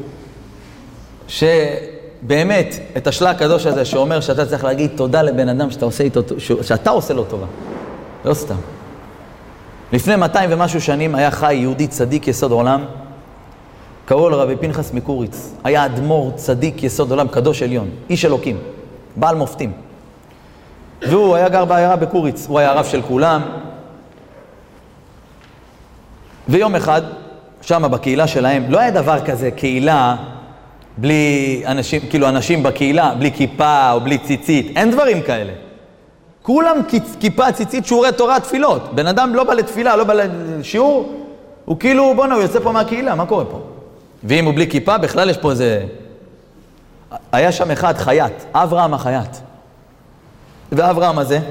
שבאמת את השלה הקדוש הזה שאומר שאתה צריך להגיד תודה לבן אדם שאתה עושה לו טובה. לא סתם. לפני 200 ומשהו שנים היה חי יהודי צדיק יסוד עולם, קראו לו רבי פנחס מקוריץ. היה אדמו"ר צדיק יסוד עולם, קדוש עליון, איש אלוקים, בעל מופתים. והוא היה גר בעיירה בקוריץ, הוא היה הרב של כולם. ויום אחד שם בקהילה שלהם, לא היה דבר כזה, קהילה בלי אנשים, כאילו אנשים בקהילה, בלי כיפה או בלי ציצית, אין דברים כאלה. כולם כיפה, ציצית, שיעורי תורה, תפילות. בן אדם לא בא לתפילה, לא בא לשיעור, הוא כאילו, בוא'נה, הוא יוצא פה מהקהילה, מה קורה פה? ואם הוא בלי כיפה, בכלל יש פה איזה... היה שם אחד, חייט, אברהם החייט. ואברהם הזה,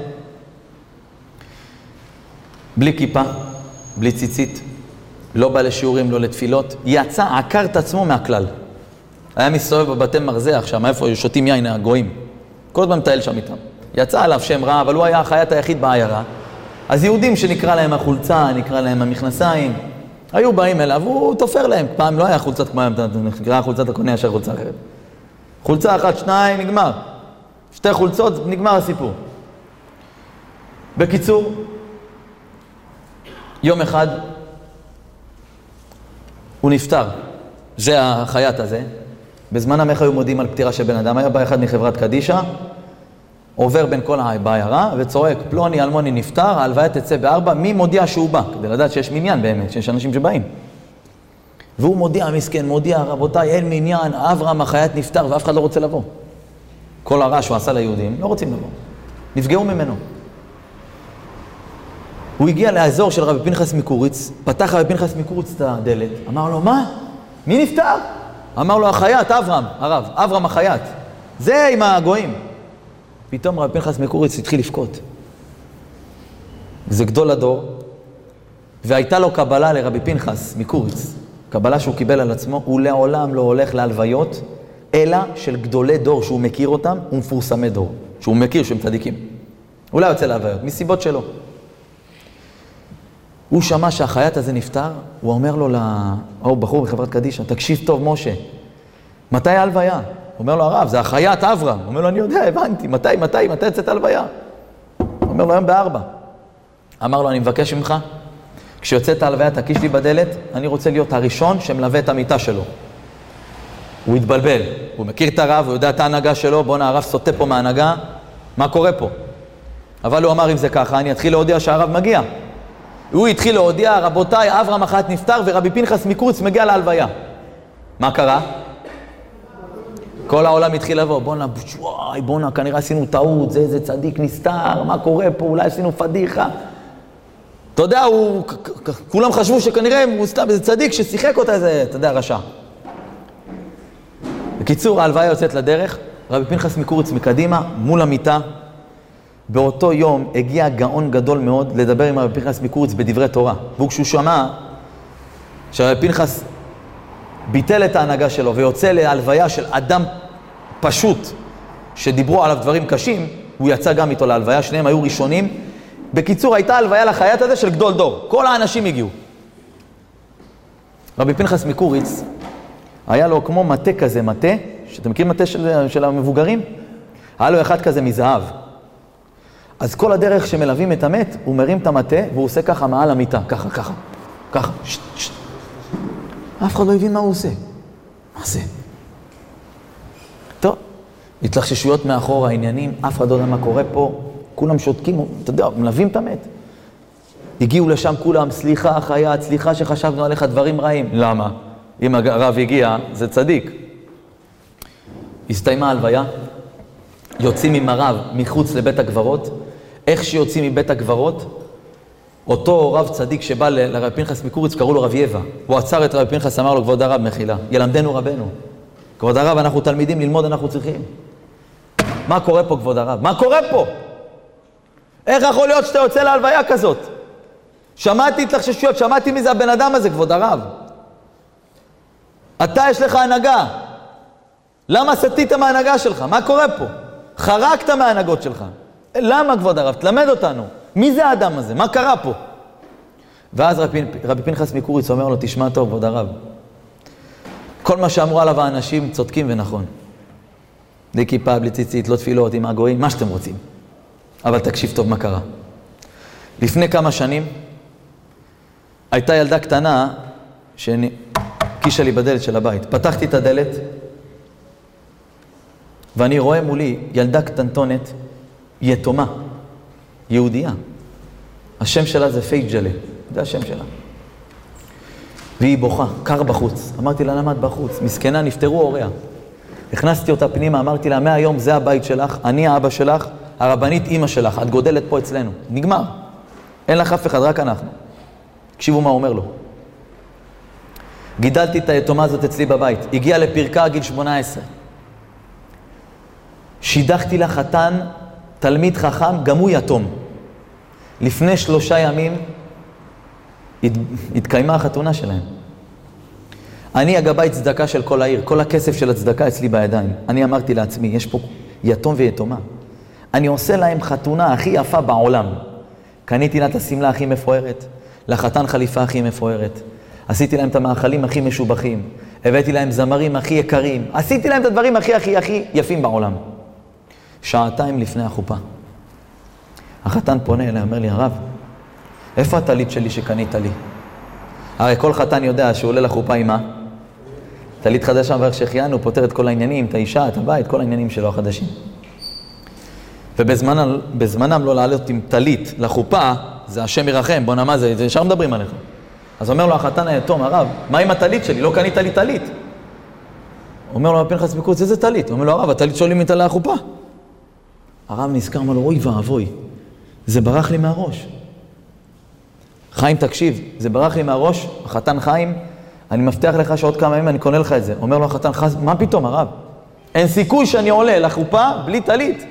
בלי כיפה, בלי ציצית, לא בא לשיעורים, לא לתפילות, יצא, עקר את עצמו מהכלל. היה מסתובב בבתי מרזח שם, איפה שותים יין הגויים. כל הזמן מטייל שם איתם. יצא עליו שם רע, אבל הוא היה החייט היחיד בעיירה. אז יהודים שנקרא להם החולצה, נקרא להם המכנסיים, היו באים אליו, הוא תופר להם. פעם לא היה חולצת כמו היום, נקרא חולצת, אתה קונה ישר חולצה אחרת. חולצה אחת, שניים, נגמר. שתי חולצות, נגמר הסיפור. בקיצור, יום אחד הוא נפטר. זה החייט הזה. בזמן המח היו מודיעים על פטירה של בן אדם. היה בא אחד מחברת קדישה, עובר בין כל בעיירה וצועק, פלוני אלמוני נפטר, ההלוויה תצא ב4, מי מודיע שהוא בא? כדי לדעת שיש מניין באמת, שיש אנשים שבאים. והוא מודיע, מסכן, מודיע, רבותיי, אין מניין, אברהם החייט נפטר ואף אחד לא רוצה לבוא. כל הרעש שהוא עשה ליהודים, לא רוצים לבוא. נפגעו ממנו. הוא הגיע לאזור של רבי פנחס מקוריץ, פתח רבי פנחס מקוריץ את הדלת, אמר לו, מה? מי נפטר? אמר לו, החייט, אברהם, הרב, אברהם החייט. זה עם הגויים. פתאום רבי פנחס מקוריץ התחיל לבכות. זה גדול הדור, והייתה לו קבלה לרבי פנחס מקוריץ, קבלה שהוא קיבל על עצמו, הוא לעולם לא הולך להלוויות, אלא של גדולי דור שהוא מכיר אותם, ומפורסמי דור, שהוא מכיר שהם צדיקים. הוא לא יוצא להלוויות, מסיבות שלו. הוא שמע שהחייט הזה נפטר, הוא אומר לו, בחור בחברת קדישה, תקשיב טוב משה, מתי ההלוויה? הוא אומר לו, הרב, זה החייט אברהם. הוא אומר לו, אני יודע, הבנתי, מתי יצאת ההלוויה? הוא אומר לו, היום ב4. אמר לו, אני מבקש ממך, כשיוצאת ההלוויה, תקיש לי בדלת, אני רוצה להיות הראשון שמלווה את המיטה שלו. הוא התבלבל, הוא מכיר את הרב, הוא יודע את ההנהגה שלו, בוא הרב סוטה פה מההנהגה, מה קורה פה? אבל הוא אמר, אם זה ככה, אני אתחיל להודיע שהרב מגיע. הוא התחיל להודיע, רבותיי, אברהם החייט נפטר ורבי פנחס מקוריץ מגיע להלוויה. מה קרה? כל העולם התחיל לבוא, בואנה, כנראה עשינו טעות, זה צדיק נסתר, מה קורה פה, אולי עשינו פדיחה. אתה יודע, כולם חשבו שכנראה הוא סתם איזה צדיק ששיחק אותה איזה, אתה יודע, רשע. בקיצור, ההלוויה יוצאת לדרך, רבי פנחס מקוריץ מקדימה, מול המיטה. באותו יום הגיע גאון גדול מאוד לדבר עם רבי פנחס מקוריץ בדברי תורה. והוא כשהוא שמע שרבי פנחס ביטל את ההנהגה שלו ויוצא להלוויה של אדם פשוט שדיברו עליו דברים קשים, הוא יצא גם איתו להלוויה, שניהם היו ראשונים. בקיצור, הייתה הלוויה לחייט הזה של גדול דור. כל האנשים הגיעו. רבי פנחס מקוריץ, היה לו כמו מטה כזה, מטה, שאתם מכירים מטה של המבוגרים? היה לו אחד כזה מזהב. אז כל הדרך שמלווים את המת, הוא מרים את המטה והוא עושה ככה מעל המיטה, ככה. אף אחד לא הבין מה הוא עושה. מה זה? טוב, התלחששויות מאחור העניינים, אף אחד לא יודע מה קורה פה, כולם שותקים, אתה יודע, מלווים את המת. הגיעו לשם כולם, סליחה החייט, סליחה שחשבנו עליך דברים רעים. למה? אם הרב הגיע, זה צדיק. הסתיימה ההלוויה, יוצאים עם הרב מחוץ לבית הגברות, איך שיוצאים מבית הגברות, אותו רב צדיק שבא לרבי פנחס מקוריץ, קראו לו רב יבה. הוא עצר את רבי פנחס, אמר לו, כבוד הרב, מחילה, ילמדנו רבנו. כבוד הרב, אנחנו תלמידים, ללמוד אנחנו צריכים. מה קורה פה, כבוד הרב? מה קורה פה? איך יכול להיות שאתה יוצא להלוויה כזאת? שמעתי התלחששויות, שמעתי מי זה הבן אדם הזה, כבוד הרב. אתה יש לך הנהגה. למה סטית מההנהגה שלך? מה קורה פה? חרקת מההנהגות שלך. למה, כבוד הרב? תלמד אותנו. מי זה האדם הזה? מה קרה פה? ואז רבי פנחס מקוריץ אומר לו, תשמע טוב, כבוד הרב. כל מה שאמרו עליו האנשים צודקים ונכון. בלי כיפה, בלי ציצית, לא תפילות, עם הגויים, מה שאתם רוצים. אבל תקשיב טוב מה קרה. לפני כמה שנים, הייתה ילדה קטנה שקישה לי בדלת של הבית. פתחתי את הדלת, ואני רואה מולי ילדה קטנטונת, יתומה, יהודייה. השם שלה זה פייג'לה, זה השם שלה. והיא בוכה, קר בחוץ. אמרתי לה, למה את בחוץ? מסכנה, נפטרו הוריה. הכנסתי אותה פנימה, אמרתי לה, מהיום זה הבית שלך, אני האבא שלך, הרבנית אמא שלך, את גודלת פה אצלנו. נגמר. אין לך אף אחד, רק אנחנו. תקשיבו מה הוא אומר לו. גידלתי את היתומה הזאת אצלי בבית. הגיעה לפרקה גיל 18. שידחתי לה חתן, תלמיד חכם, גם הוא יתום. לפני 3 ימים התקיימה החתונה שלהם. אני הגבאי צדקה של כל העיר, כל הכסף של הצדקה אצלי בידיים. אני אמרתי לעצמי, יש פה יתום ויתומה. אני עושה להם חתונה הכי יפה בעולם. קניתי לה את הסמלה הכי מפוארת, לחתן חליפה הכי מפוארת. עשיתי להם את המאכלים הכי משובחים. הבאתי להם זמרים הכי יקרים. עשיתי להם את הדברים הכי יפים בעולם. 2 שעות לפני החופה. החתן פונה אליי, אומר לי, הרב, איפה הטלית שלי שקנית לי? הרי כל חתן יודע שהוא עולה לחופה עם מה? טלית חדשה ואיך שהחיינו, הוא פותר את כל העניינים, את האישה, את הבית, כל העניינים שלו החדשים. ובזמנם לא לעלות עם טלית לחופה, זה השם ירחם, בוא נמה, זה ישר מדברים עליך. אז אומר לו החתן היתום, הרב, מה עם הטלית שלי? לא קנית לי טלית. אומר לו פנחס מקוץ, איזה טלית? אומר לו, הרב, הטלית שואלים איתה לחופה. הרב נזכר, אומר לו, אוי ואבוי, זה ברח לי מהראש. חיים, תקשיב, זה ברח לי מהראש, החתן חיים, אני מבטיח לך שעוד כמה ימים אני קונה לך את זה. אומר לו החתן, מה פתאום, הרב? אין סיכוי שאני עולה לחופה בלי טלית.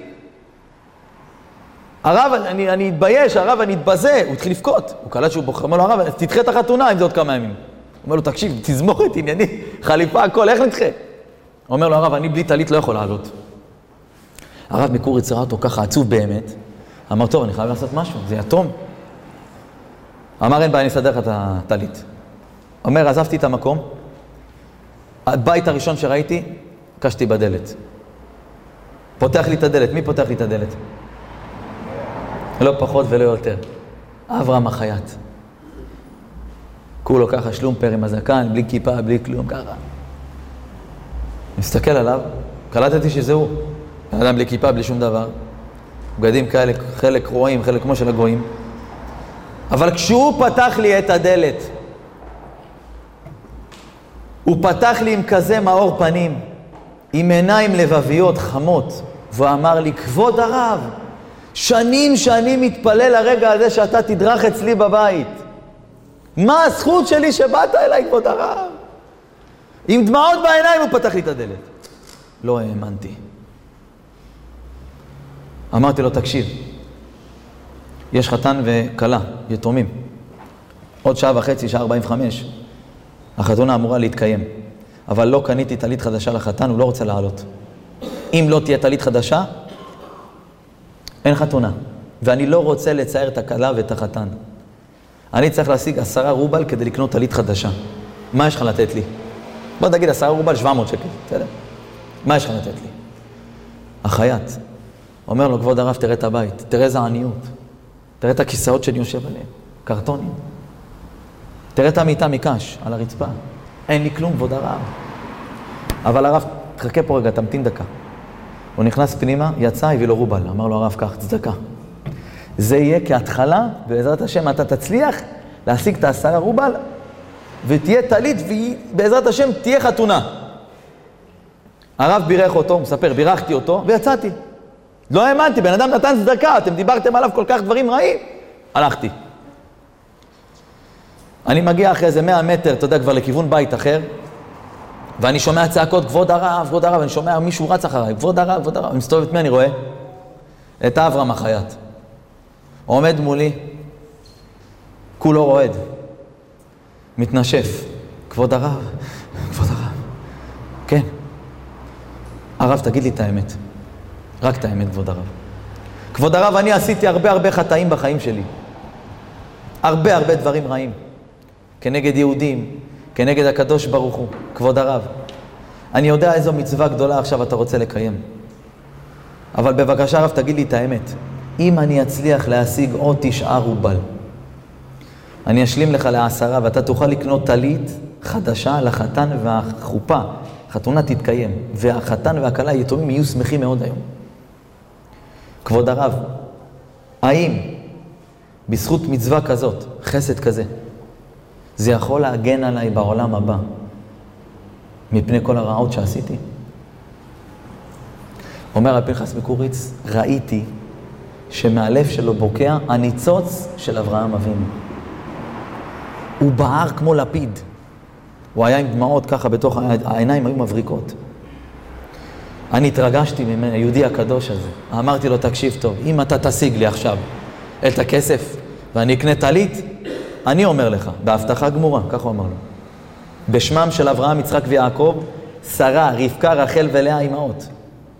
הרב, אני אתבייש, הרב, אני אתבזה. הוא התחיל לבכות. הוא קלט שהוא בוחר. אומר לו, הרב, תדחה את החתונה אם זה עוד כמה ימים. הוא אומר לו, תקשיב, תזמורת, ענייני, חליפה, הכל, איך נדחה? הוא אומר לו, הרב, אני בלי טלית לא יכול לעלות. הרב מקוריץ ראה אותו ככה עצוב באמת. אמר, טוב, אני חייב לעשות משהו, זה יתום. אמר, אין בעיה, אני אסדר לך את הטלית. אומר, עזבתי את המקום. הבית הראשון שראיתי, קשתי בדלת. פותח לי את הדלת. מי פותח לי את הדלת? לא פחות ולא יותר. אברהם החייט. כולו ככה שלומפר עם הזקן, בלי כיפה, בלי כלום, ככה. אני מסתכל עליו, קלטתי שזה הוא. אדם בלי כיפה, בלי שום דבר. בגדים כאלה, חלק רואים, חלק כמו של הגויים. אבל כשהוא פתח לי את הדלת, הוא פתח לי עם כזה מאור פנים, עם עיניים לבביות חמות, והוא אמר לי, כבוד הרב, שנים שאני מתפלל לרגע הזה שאתה תדרך אצלי בבית. מה הזכות שלי שבאת אליי, כבוד הרב? עם דמעות בעיניים הוא פתח לי את הדלת. לא האמנתי. אמרתי לו, תקשיב, יש חתן וכלה, יתומים. עוד 1.5 שעה, 45. החתונה אמורה להתקיים. אבל לא קניתי טלית חדשה לחתן, הוא לא רוצה לעלות. אם לא תהיה טלית חדשה, אין חתונה. ואני לא רוצה לצייר את הכלה ואת החתן. אני צריך להשיג 10 רובל כדי לקנות טלית חדשה. מה יש לך לתת לי? בוא תגיד 10 רובל, 700 שקל. בסדר? מה יש לך לתת לי? החייט. אומר לו, כבוד הרב, תראה את הבית. תראה איזה עניות. תראה את הכיסאות שאני יושב עליהם. קרטונים. תראה את המיטה מקש על הרצפה. אין לי כלום, כבוד הרב. אבל הרב, תחכה פה רגע, תמתין דקה. הוא נכנס פנימה, יצא, הביא לו רובל. אמר לו, הרב, קח, צדקה. זה יהיה כהתחלה, בעזרת השם אתה תצליח להשיג את 10 רובל, ותהיה טלית, ובעזרת השם תהיה חתונה. הרב בירך אותו, הוא מספר, בירכתי אותו, ויצאתי. לא האמנתי, בן אדם נתן צדקה, אתם דיברתם עליו כל כך דברים רעים. הלכתי. אני מגיע אחרי איזה 100 מטר, אתה יודע, כבר לכיוון בית אחר, ואני שומע צעקות, כבוד הרב, כבוד הרב, אני שומע מישהו רץ אחריי, כבוד הרב, כבוד הרב. אני מסתובב את מי אני רואה? את אברהם החייט. עומד מולי, כולו רועד, מתנשף. כבוד הרב, כבוד הרב. כן. הרב, תגיד לי את האמת. רק את האמת, כבוד הרב. כבוד הרב, אני עשיתי הרבה חטאים בחיים שלי. הרבה דברים רעים. כנגד יהודים, כנגד הקדוש ברוך הוא. כבוד הרב, אני יודע איזו מצווה גדולה עכשיו אתה רוצה לקיים. אבל בבקשה רב, תגיד לי את האמת. אם אני אצליח להשיג עוד 9 רובל, אני אשלים לך ל10 ואתה תוכל לקנות טלית חדשה לחתן והחופה. חתונה תתקיים, והחתן והכלה יתומים יהיו שמחים מאוד היום. כבוד הרב, האם בזכות מצווה כזאת, חסד כזה, זה יכול להגן עליי בעולם הבא, מפני כל הרעות שעשיתי. אומר רבי פנחס מקוריץ, ראיתי שמהלב שלו בוקע הניצוץ של אברהם אבינו. הוא בער כמו לפיד. הוא היה עם דמעות ככה בתוך העיניים, היו מבריקות. אני התרגשתי ממנו, היהודי הקדוש הזה. אמרתי לו, תקשיב טוב, אם אתה תשיג לי עכשיו את הכסף ואני אקנה טלית, אני אומר לך, בהבטחה גמורה, כך הוא אמר לו. בשמם של אברהם, יצחק ויעקב, שרה, רבקה, רחל ולאה אמהות.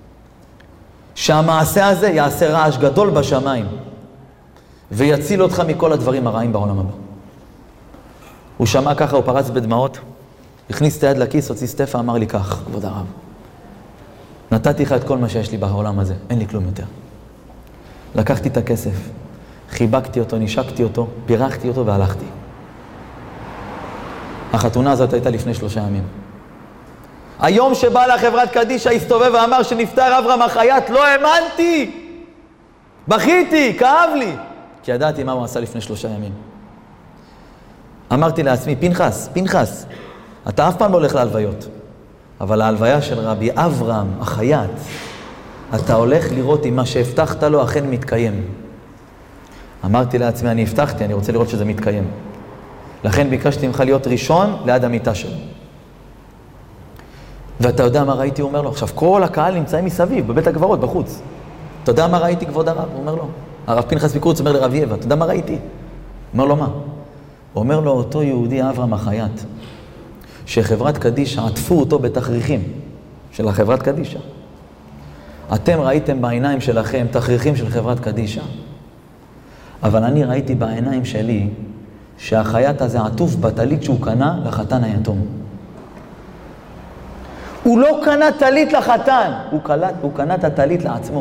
שהמעשה הזה יעשה רעש גדול בשמיים, ויציל אותך מכל הדברים הרעים בעולם הבא. הוא שמע ככה, הוא פרץ בדמעות, הכניס את היד לכיס, הוציא סטפה, אמר לי כך, כבוד הרב, נתתי לך את כל מה שיש לי בעולם הזה, אין לי כלום יותר. לקחתי את הכסף, חיבקתי אותו, נשקתי אותו, בירכתי אותו והלכתי. החתונה הזאת הייתה לפני 3 ימים. היום שבא לחברת קדישה הסתובב ואמר שנפטר אברהם החייט, לא האמנתי! בכיתי, כאב לי! כי ידעתי מה הוא עשה לפני 3 ימים. אמרתי לעצמי, פנחס, אתה אף פעם לא הולך להלוויות. אבל ההלוויה של רבי אברהם החייט, אתה הולך לראות אם מה שהבטחת לו אכן מתקיים. אמרתי לעצמי, אני הבטחתי, אני רוצה לראות שזה מתקיים. לכן ביקשתי ממך להיות ראשון ליד המיטה שלו. ואתה יודע מה ראיתי? הוא אומר לו, עכשיו כל הקהל נמצאים מסביב, בבית הקברות, בחוץ. אתה יודע מה ראיתי, כבוד הרב? הוא אומר לו. הרב פנחס מקוריץ אומר לרב יבה, אתה יודע מה ראיתי? הוא אומר לו, מה? הוא אומר לו, אותו יהודי אברהם החייט, שחברת קדישה עטפו אותו בתכריכים של החברת קדישה. אתם ראיתם בעיניים שלכם תכריכים של חברת קדישה. אבל אני ראיתי בעיניים שלי שהחייט הזה עטוף בטלית שהוא קנה לחתן היתום. הוא לא קנה טלית לחתן, הוא קנה את הטלית לעצמו.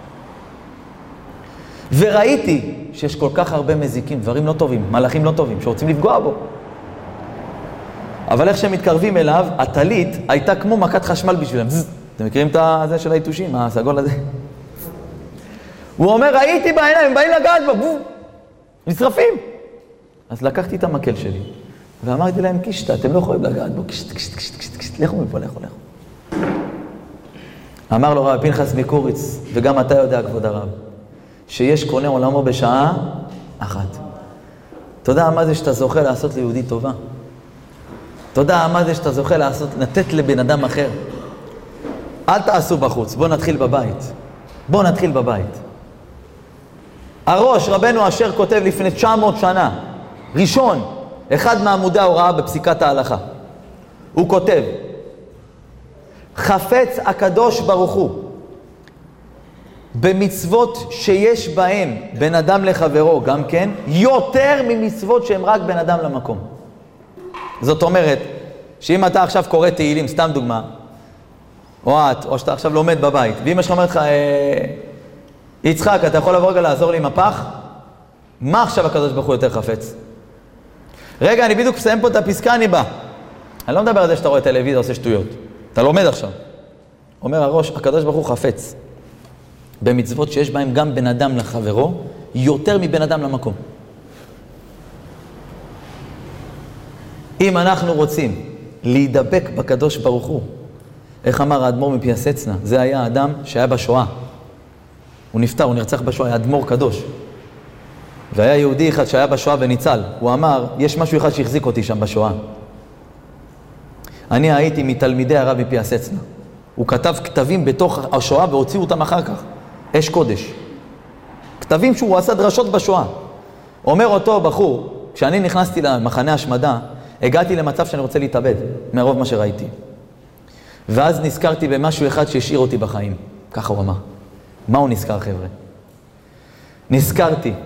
וראיתי שיש כל כך הרבה מזיקים, דברים לא טובים, מלאכים לא טובים, שרוצים לפגוע בו. אבל איך שהם מתקרבים אליו, הטלית הייתה כמו מכת חשמל בשבילם. אתם מכירים את זה של היתושים, הסגול הזה? הוא אומר, ראיתי בעיניים, הם באים לגעת בו, נשרפים. אז לקחתי את המקל שלי, ואמרתי להם, קישטה, אתם לא יכולים לגעת בו, קישט, לכו מפה, לכו. אמר לו רבי פנחס מקוריץ, וגם אתה יודע, כבוד הרב, שיש קונה עולמו בשעה אחת. אתה יודע מה זה שאתה זוכה לעשות ליהודי טובה? אתה יודע מה זה שאתה זוכה לתת לבן אדם אחר? אל תעשו בחוץ, בואו נתחיל בבית. הראש, רבנו אשר כותב לפני 900 שנה, ראשון, אחד מעמודי ההוראה בפסיקת ההלכה. הוא כותב, חפץ הקדוש ברוך הוא, במצוות שיש בהם בין אדם לחברו גם כן, יותר ממצוות שהם רק בין אדם למקום. זאת אומרת, שאם אתה עכשיו קורא תהילים, סתם דוגמה, או שאתה עכשיו לומד בבית, ואמא שלך אומרת לך, יצחק, אתה יכול לבוא רגע לעזור לי עם הפח? מה עכשיו הקדוש ברוך הוא יותר חפץ? רגע, אני בדיוק מסיים פה את הפסקה, אני בא. אני לא מדבר על זה שאתה רואה טלוויזיה, עושה שטויות. אתה לומד עכשיו. אומר הראש, הקדוש ברוך הוא חפץ במצוות שיש בהם גם בן אדם לחברו, יותר מבן אדם למקום. אם אנחנו רוצים להידבק בקדוש ברוך הוא, איך אמר האדמו"ר מפיאסצנה, זה היה האדם שהיה בשואה. הוא נפטר, הוא נרצח בשואה, היה אדמו"ר קדוש. והיה יהודי אחד שהיה בשואה וניצל. הוא אמר, יש משהו אחד שהחזיק אותי שם בשואה. אני הייתי מתלמידי הרב מפיאסצנה. הוא כתב כתבים בתוך השואה והוציאו אותם אחר כך. אש קודש. כתבים שהוא עשה דרשות בשואה. אומר אותו בחור, כשאני נכנסתי למחנה השמדה, הגעתי למצב שאני רוצה להתאבד, מרוב מה שראיתי. ואז נזכרתי במשהו אחד שהשאיר אותי בחיים. ככה הוא אמר. מה הוא נזכר, חבר'ה? נזכרתי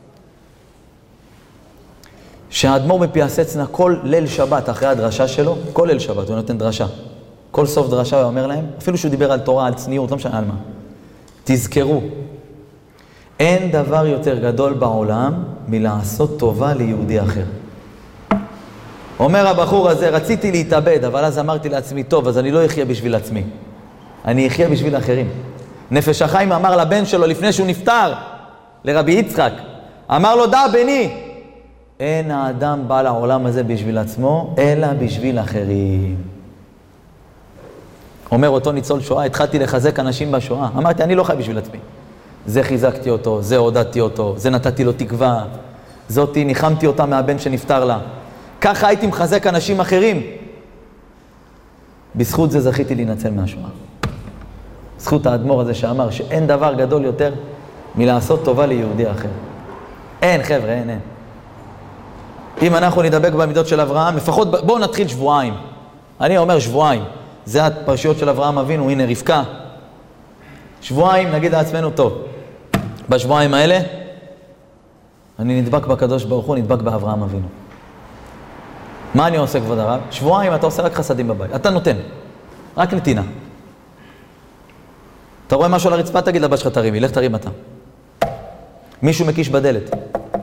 שהאדמו"ר מפיאסצנה כל ליל שבת אחרי הדרשה שלו, כל ליל שבת הוא נותן דרשה. כל סוף דרשה הוא אומר להם, אפילו שהוא דיבר על תורה, על צניעות, לא משנה על מה. תזכרו, אין דבר יותר גדול בעולם מלעשות טובה ליהודי אחר. אומר הבחור הזה, רציתי להתאבד, אבל אז אמרתי לעצמי, טוב, אז אני לא אחיה בשביל עצמי. אני אחיה בשביל אחרים. נפש החיים אמר לבן שלו לפני שהוא נפטר, לרבי יצחק, אמר לו, דע בני, אין האדם בא לעולם הזה בשביל עצמו, אלא בשביל אחרים. אומר אותו ניצול שואה, התחלתי לחזק אנשים בשואה. אמרתי, אני לא חי בשביל עצמי. זה חיזקתי אותו, זה עודדתי אותו, זה נתתי לו תקווה, זאתי ניחמתי אותה מהבן שנפטר לה. ככה הייתי מחזק אנשים אחרים. בזכות זה זכיתי להינצל מהשואה. זכות האדמו"ר הזה שאמר שאין דבר גדול יותר מלעשות טובה ליהודי אחר. אין, חבר'ה, אין. אם אנחנו נדבק במידות של אברהם, לפחות בואו נתחיל שבועיים. אני אומר שבועיים. זה הפרשיות של אברהם אבינו, הנה רבקה. שבועיים נגיד לעצמנו טוב. בשבועיים האלה, אני נדבק בקדוש ברוך הוא, נדבק באברהם אבינו. מה אני עושה, כבוד הרב? שבועיים אתה עושה רק חסדים בבית. אתה נותן. רק נתינה. אתה רואה משהו על הרצפה, תגיד לבת שלך תרימי, לך תרים אתה. מישהו מקיש בדלת.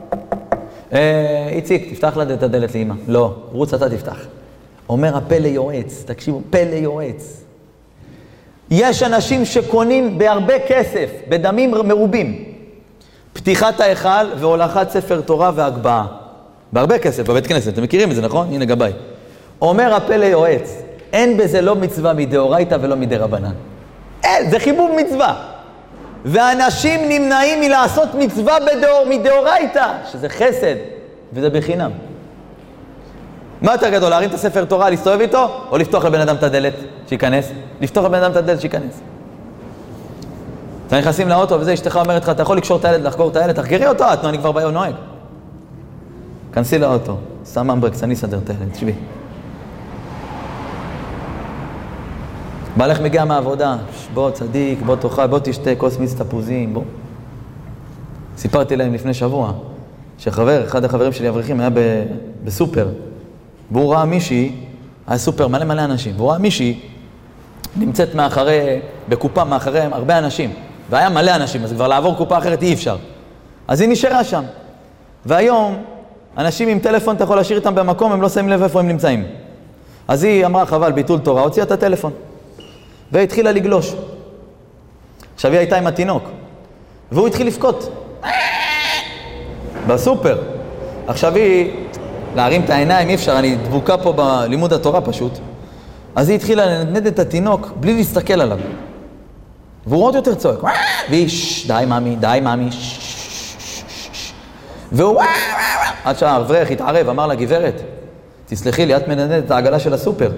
איציק, תפתח לה את הדלת לאמא. לא, רוץ אתה תפתח. אומר הפלא יועץ, תקשיבו, פלא יועץ. יש אנשים שקונים בהרבה כסף, בדמים מרובים, פתיחת ההיכל והולכת ספר תורה והגבהה. בהרבה כסף, בבית כנסת, אתם מכירים את זה, נכון? הנה גבאי. אומר הפלא יועץ, אין בזה לא מצווה מדאורייתא ולא מדרבנן. אין, זה חיבוב מצווה. ואנשים נמנעים מלעשות מצווה מדאורייתא, שזה חסד, וזה בחינם. מה יותר גדול, להרים את הספר תורה, להסתובב איתו, או לפתוח לבן אדם את הדלת שיכנס? לפתוח לבן אדם את הדלת שיכנס. אתה נכנסים לאוטו וזה, אשתך אומרת לך, אתה יכול לקשור את הילד, לחקור את הילד, תחגרי אותו, אני כבר ביום נוהג. כנסי לאוטו, שם אמברקס, אני אסדר את הילד, שבי. בעלך מגיע מהעבודה, בוא צדיק, בוא תאכל, בוא תשתה כוס מיץ תפוזים, בוא. סיפרתי להם לפני שבוע, אחד החברים שלי אברכים היה בסופר, והוא ראה מישהי, היה סופר מלא אנשים, והוא ראה מישהי נמצאת בקופה מאחרי הרבה אנשים, והיה מלא אנשים, אז כבר לעבור קופה אחרת אי אפשר. אז היא נשארה שם. והיום, אנשים עם טלפון, אתה יכול להשאיר איתם במקום, הם לא שמים לב איפה הם נמצאים. אז היא אמרה, חבל, ביטול תורה, הוציאה את הטלפון. והתחילה לגלוש. עכשיו היא הייתה עם התינוק, והוא התחיל לבכות. בסופר. עכשיו היא, להרים את העיניים, אי אפשר, אני דבוקה פה בלימוד התורה פשוט. אז היא התחילה לנדנד את התינוק בלי להסתכל עליו. והוא עוד יותר צועק. והיא, די מאמי, והוא, עד שהאברך התערב, אמר לה, גברת, תסלחי לי, את מנדנדת את העגלה של הסופר.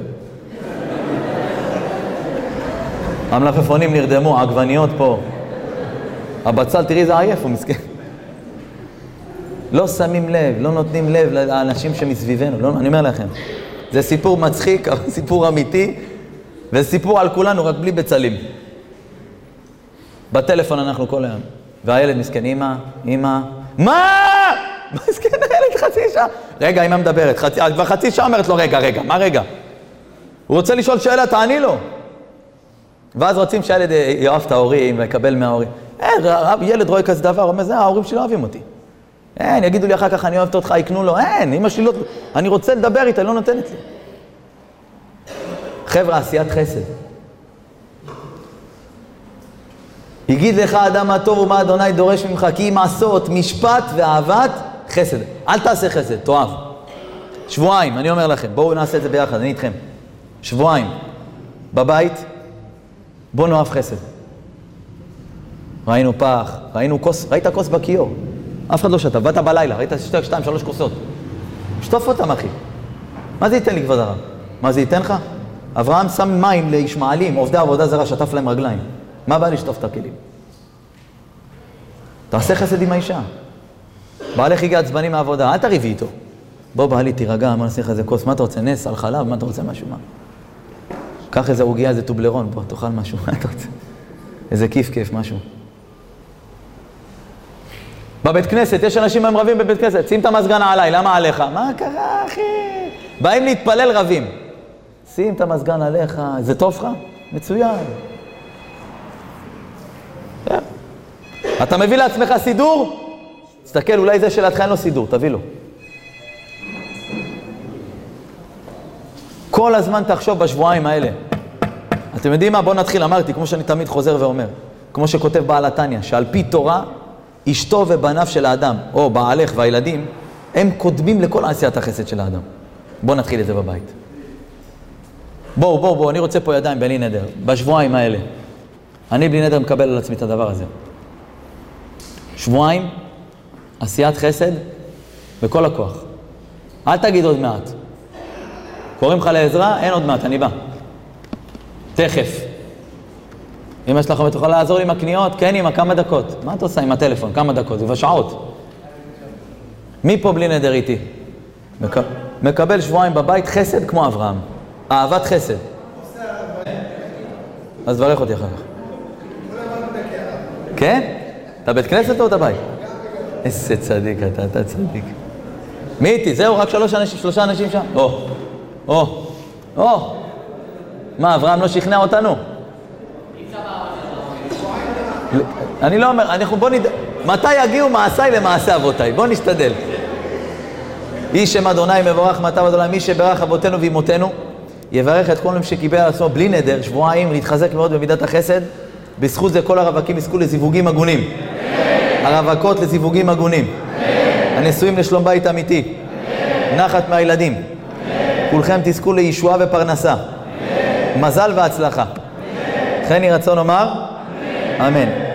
המלפפונים נרדמו, העגבניות פה. הבצל, תראי, זה עייף, הוא מסכן. לא שמים לב, לא נותנים לב לאנשים שמסביבנו, לא, אני אומר לכם. זה סיפור מצחיק, סיפור אמיתי, וסיפור על כולנו, רק בלי בצלים. בטלפון אנחנו כל היום. והילד מסכן, אמא, מה? מסכן הילד חצי שעה. רגע, אמא מדברת, כבר חצי שעה אומרת לו, רגע, מה רגע? הוא רוצה לשאול שאלה, תעני לו. ואז רוצים שהילד יאהב את ההורים ויקבל מההורים. ילד רואה כזה דבר, אומר, זה, ההורים שלי לא אוהבים אותי. אין, יגידו לי אחר כך, אני אוהבת אותך, יקנו לו. אין, אמא שלי לא... אני רוצה לדבר איתה, לא נותנת לי. חבר'ה, עשיית חסד. יגיד לך אדם מה טוב ומה אדוני דורש ממך, כי מעשות, משפט ואהבת חסד. אל תעשה חסד, תאהב. שבועיים, אני אומר לכם, בואו נעשה את זה ביחד, אני איתכם. שבועיים. בבית, בואו נאהב חסד. ראינו פח, ראינו כוס, ראית כוס בכיור. אף אחד לא שתה, באת בלילה, ראית 2-3 כוסות. שטוף אותם, אחי. מה זה ייתן לי, כבוד הרב? מה זה ייתן לך? אברהם שם מים לישמעאלים, עובדי עבודה זרה, שטף להם רגליים. מה בא לשטוף את הכלים? תעשה חסד עם האישה. בעלך הגיע עצבני מהעבודה, אל תריבי איתו. בוא בעלי, תירגע, מה נעשה לך איזה כוס? מה אתה רוצה? נס, על חלב? מה אתה רוצה? משהו, מה? קח איזה עוגיה, איזה טובלרון, בוא, תאכל משהו, מה אתה רוצה? איזה כיף, משהו. בבית כנסת, יש אנשים הם רבים בבית כנסת, שים את המזגן עליי, למה עליך? מה קרה, אחי? באים להתפלל רבים. שים את המזגן עליך, זה טוב לך? מצוין. אתה מביא לעצמך סידור? תסתכל, אולי זה שלתך אין לו סידור, תביא לו. כל הזמן תחשוב בשבועיים האלה. אתם יודעים מה? בואו נתחיל, אמרתי, כמו שאני תמיד חוזר ואומר, כמו שכותב בעל התניא, שעל פי תורה, אשתו ובניו של האדם, או בעלך והילדים, הם קודמים לכל עשיית החסד של האדם. בואו נתחיל את זה בבית. בואו, אני רוצה פה ידיים בלי נדר. בשבועיים האלה. אני בלי נדר מקבל על עצמי את הדבר הזה. שבועיים, עשיית חסד, בכל הכוח. אל תגיד עוד מעט. קוראים לך לעזרה, אין עוד מעט, אני בא. תכף. אמא שלך תוכל לעזור לי עם הקניות? כן, אמא, כמה דקות. מה אתה עושה עם הטלפון? כמה דקות? זה בשעות. מי פה בלי נדר איתי? מקבל שבועיים בבית חסד כמו אברהם. אהבת חסד. אז תברך אותי אחר כך. כן? אתה בית כנסת או אתה בית? איזה צדיק אתה צדיק. מי איתי? זהו, רק שלושה אנשים שם? מה, אברהם לא שכנע אותנו? אני לא אומר, בוא נדע, מתי יגיעו מעשיי למעשה אבותיי? בוא נשתדל. איש שם אדוני מבורך מעתה ועד עולם, מי שברך אבותינו ואימותינו, יברך את כל מי שקיבל על עצמו בלי נדר, שבועיים, להתחזק מאוד במידת החסד. בזכות זה כל הרווקים יזכו לזיווגים הגונים. הרווקות לזיווגים הגונים. הנשואים לשלום בית אמיתי. נחת מהילדים. כולכם תזכו לישועה ופרנסה. מזל והצלחה. כן יהי רצון לומר? אמן.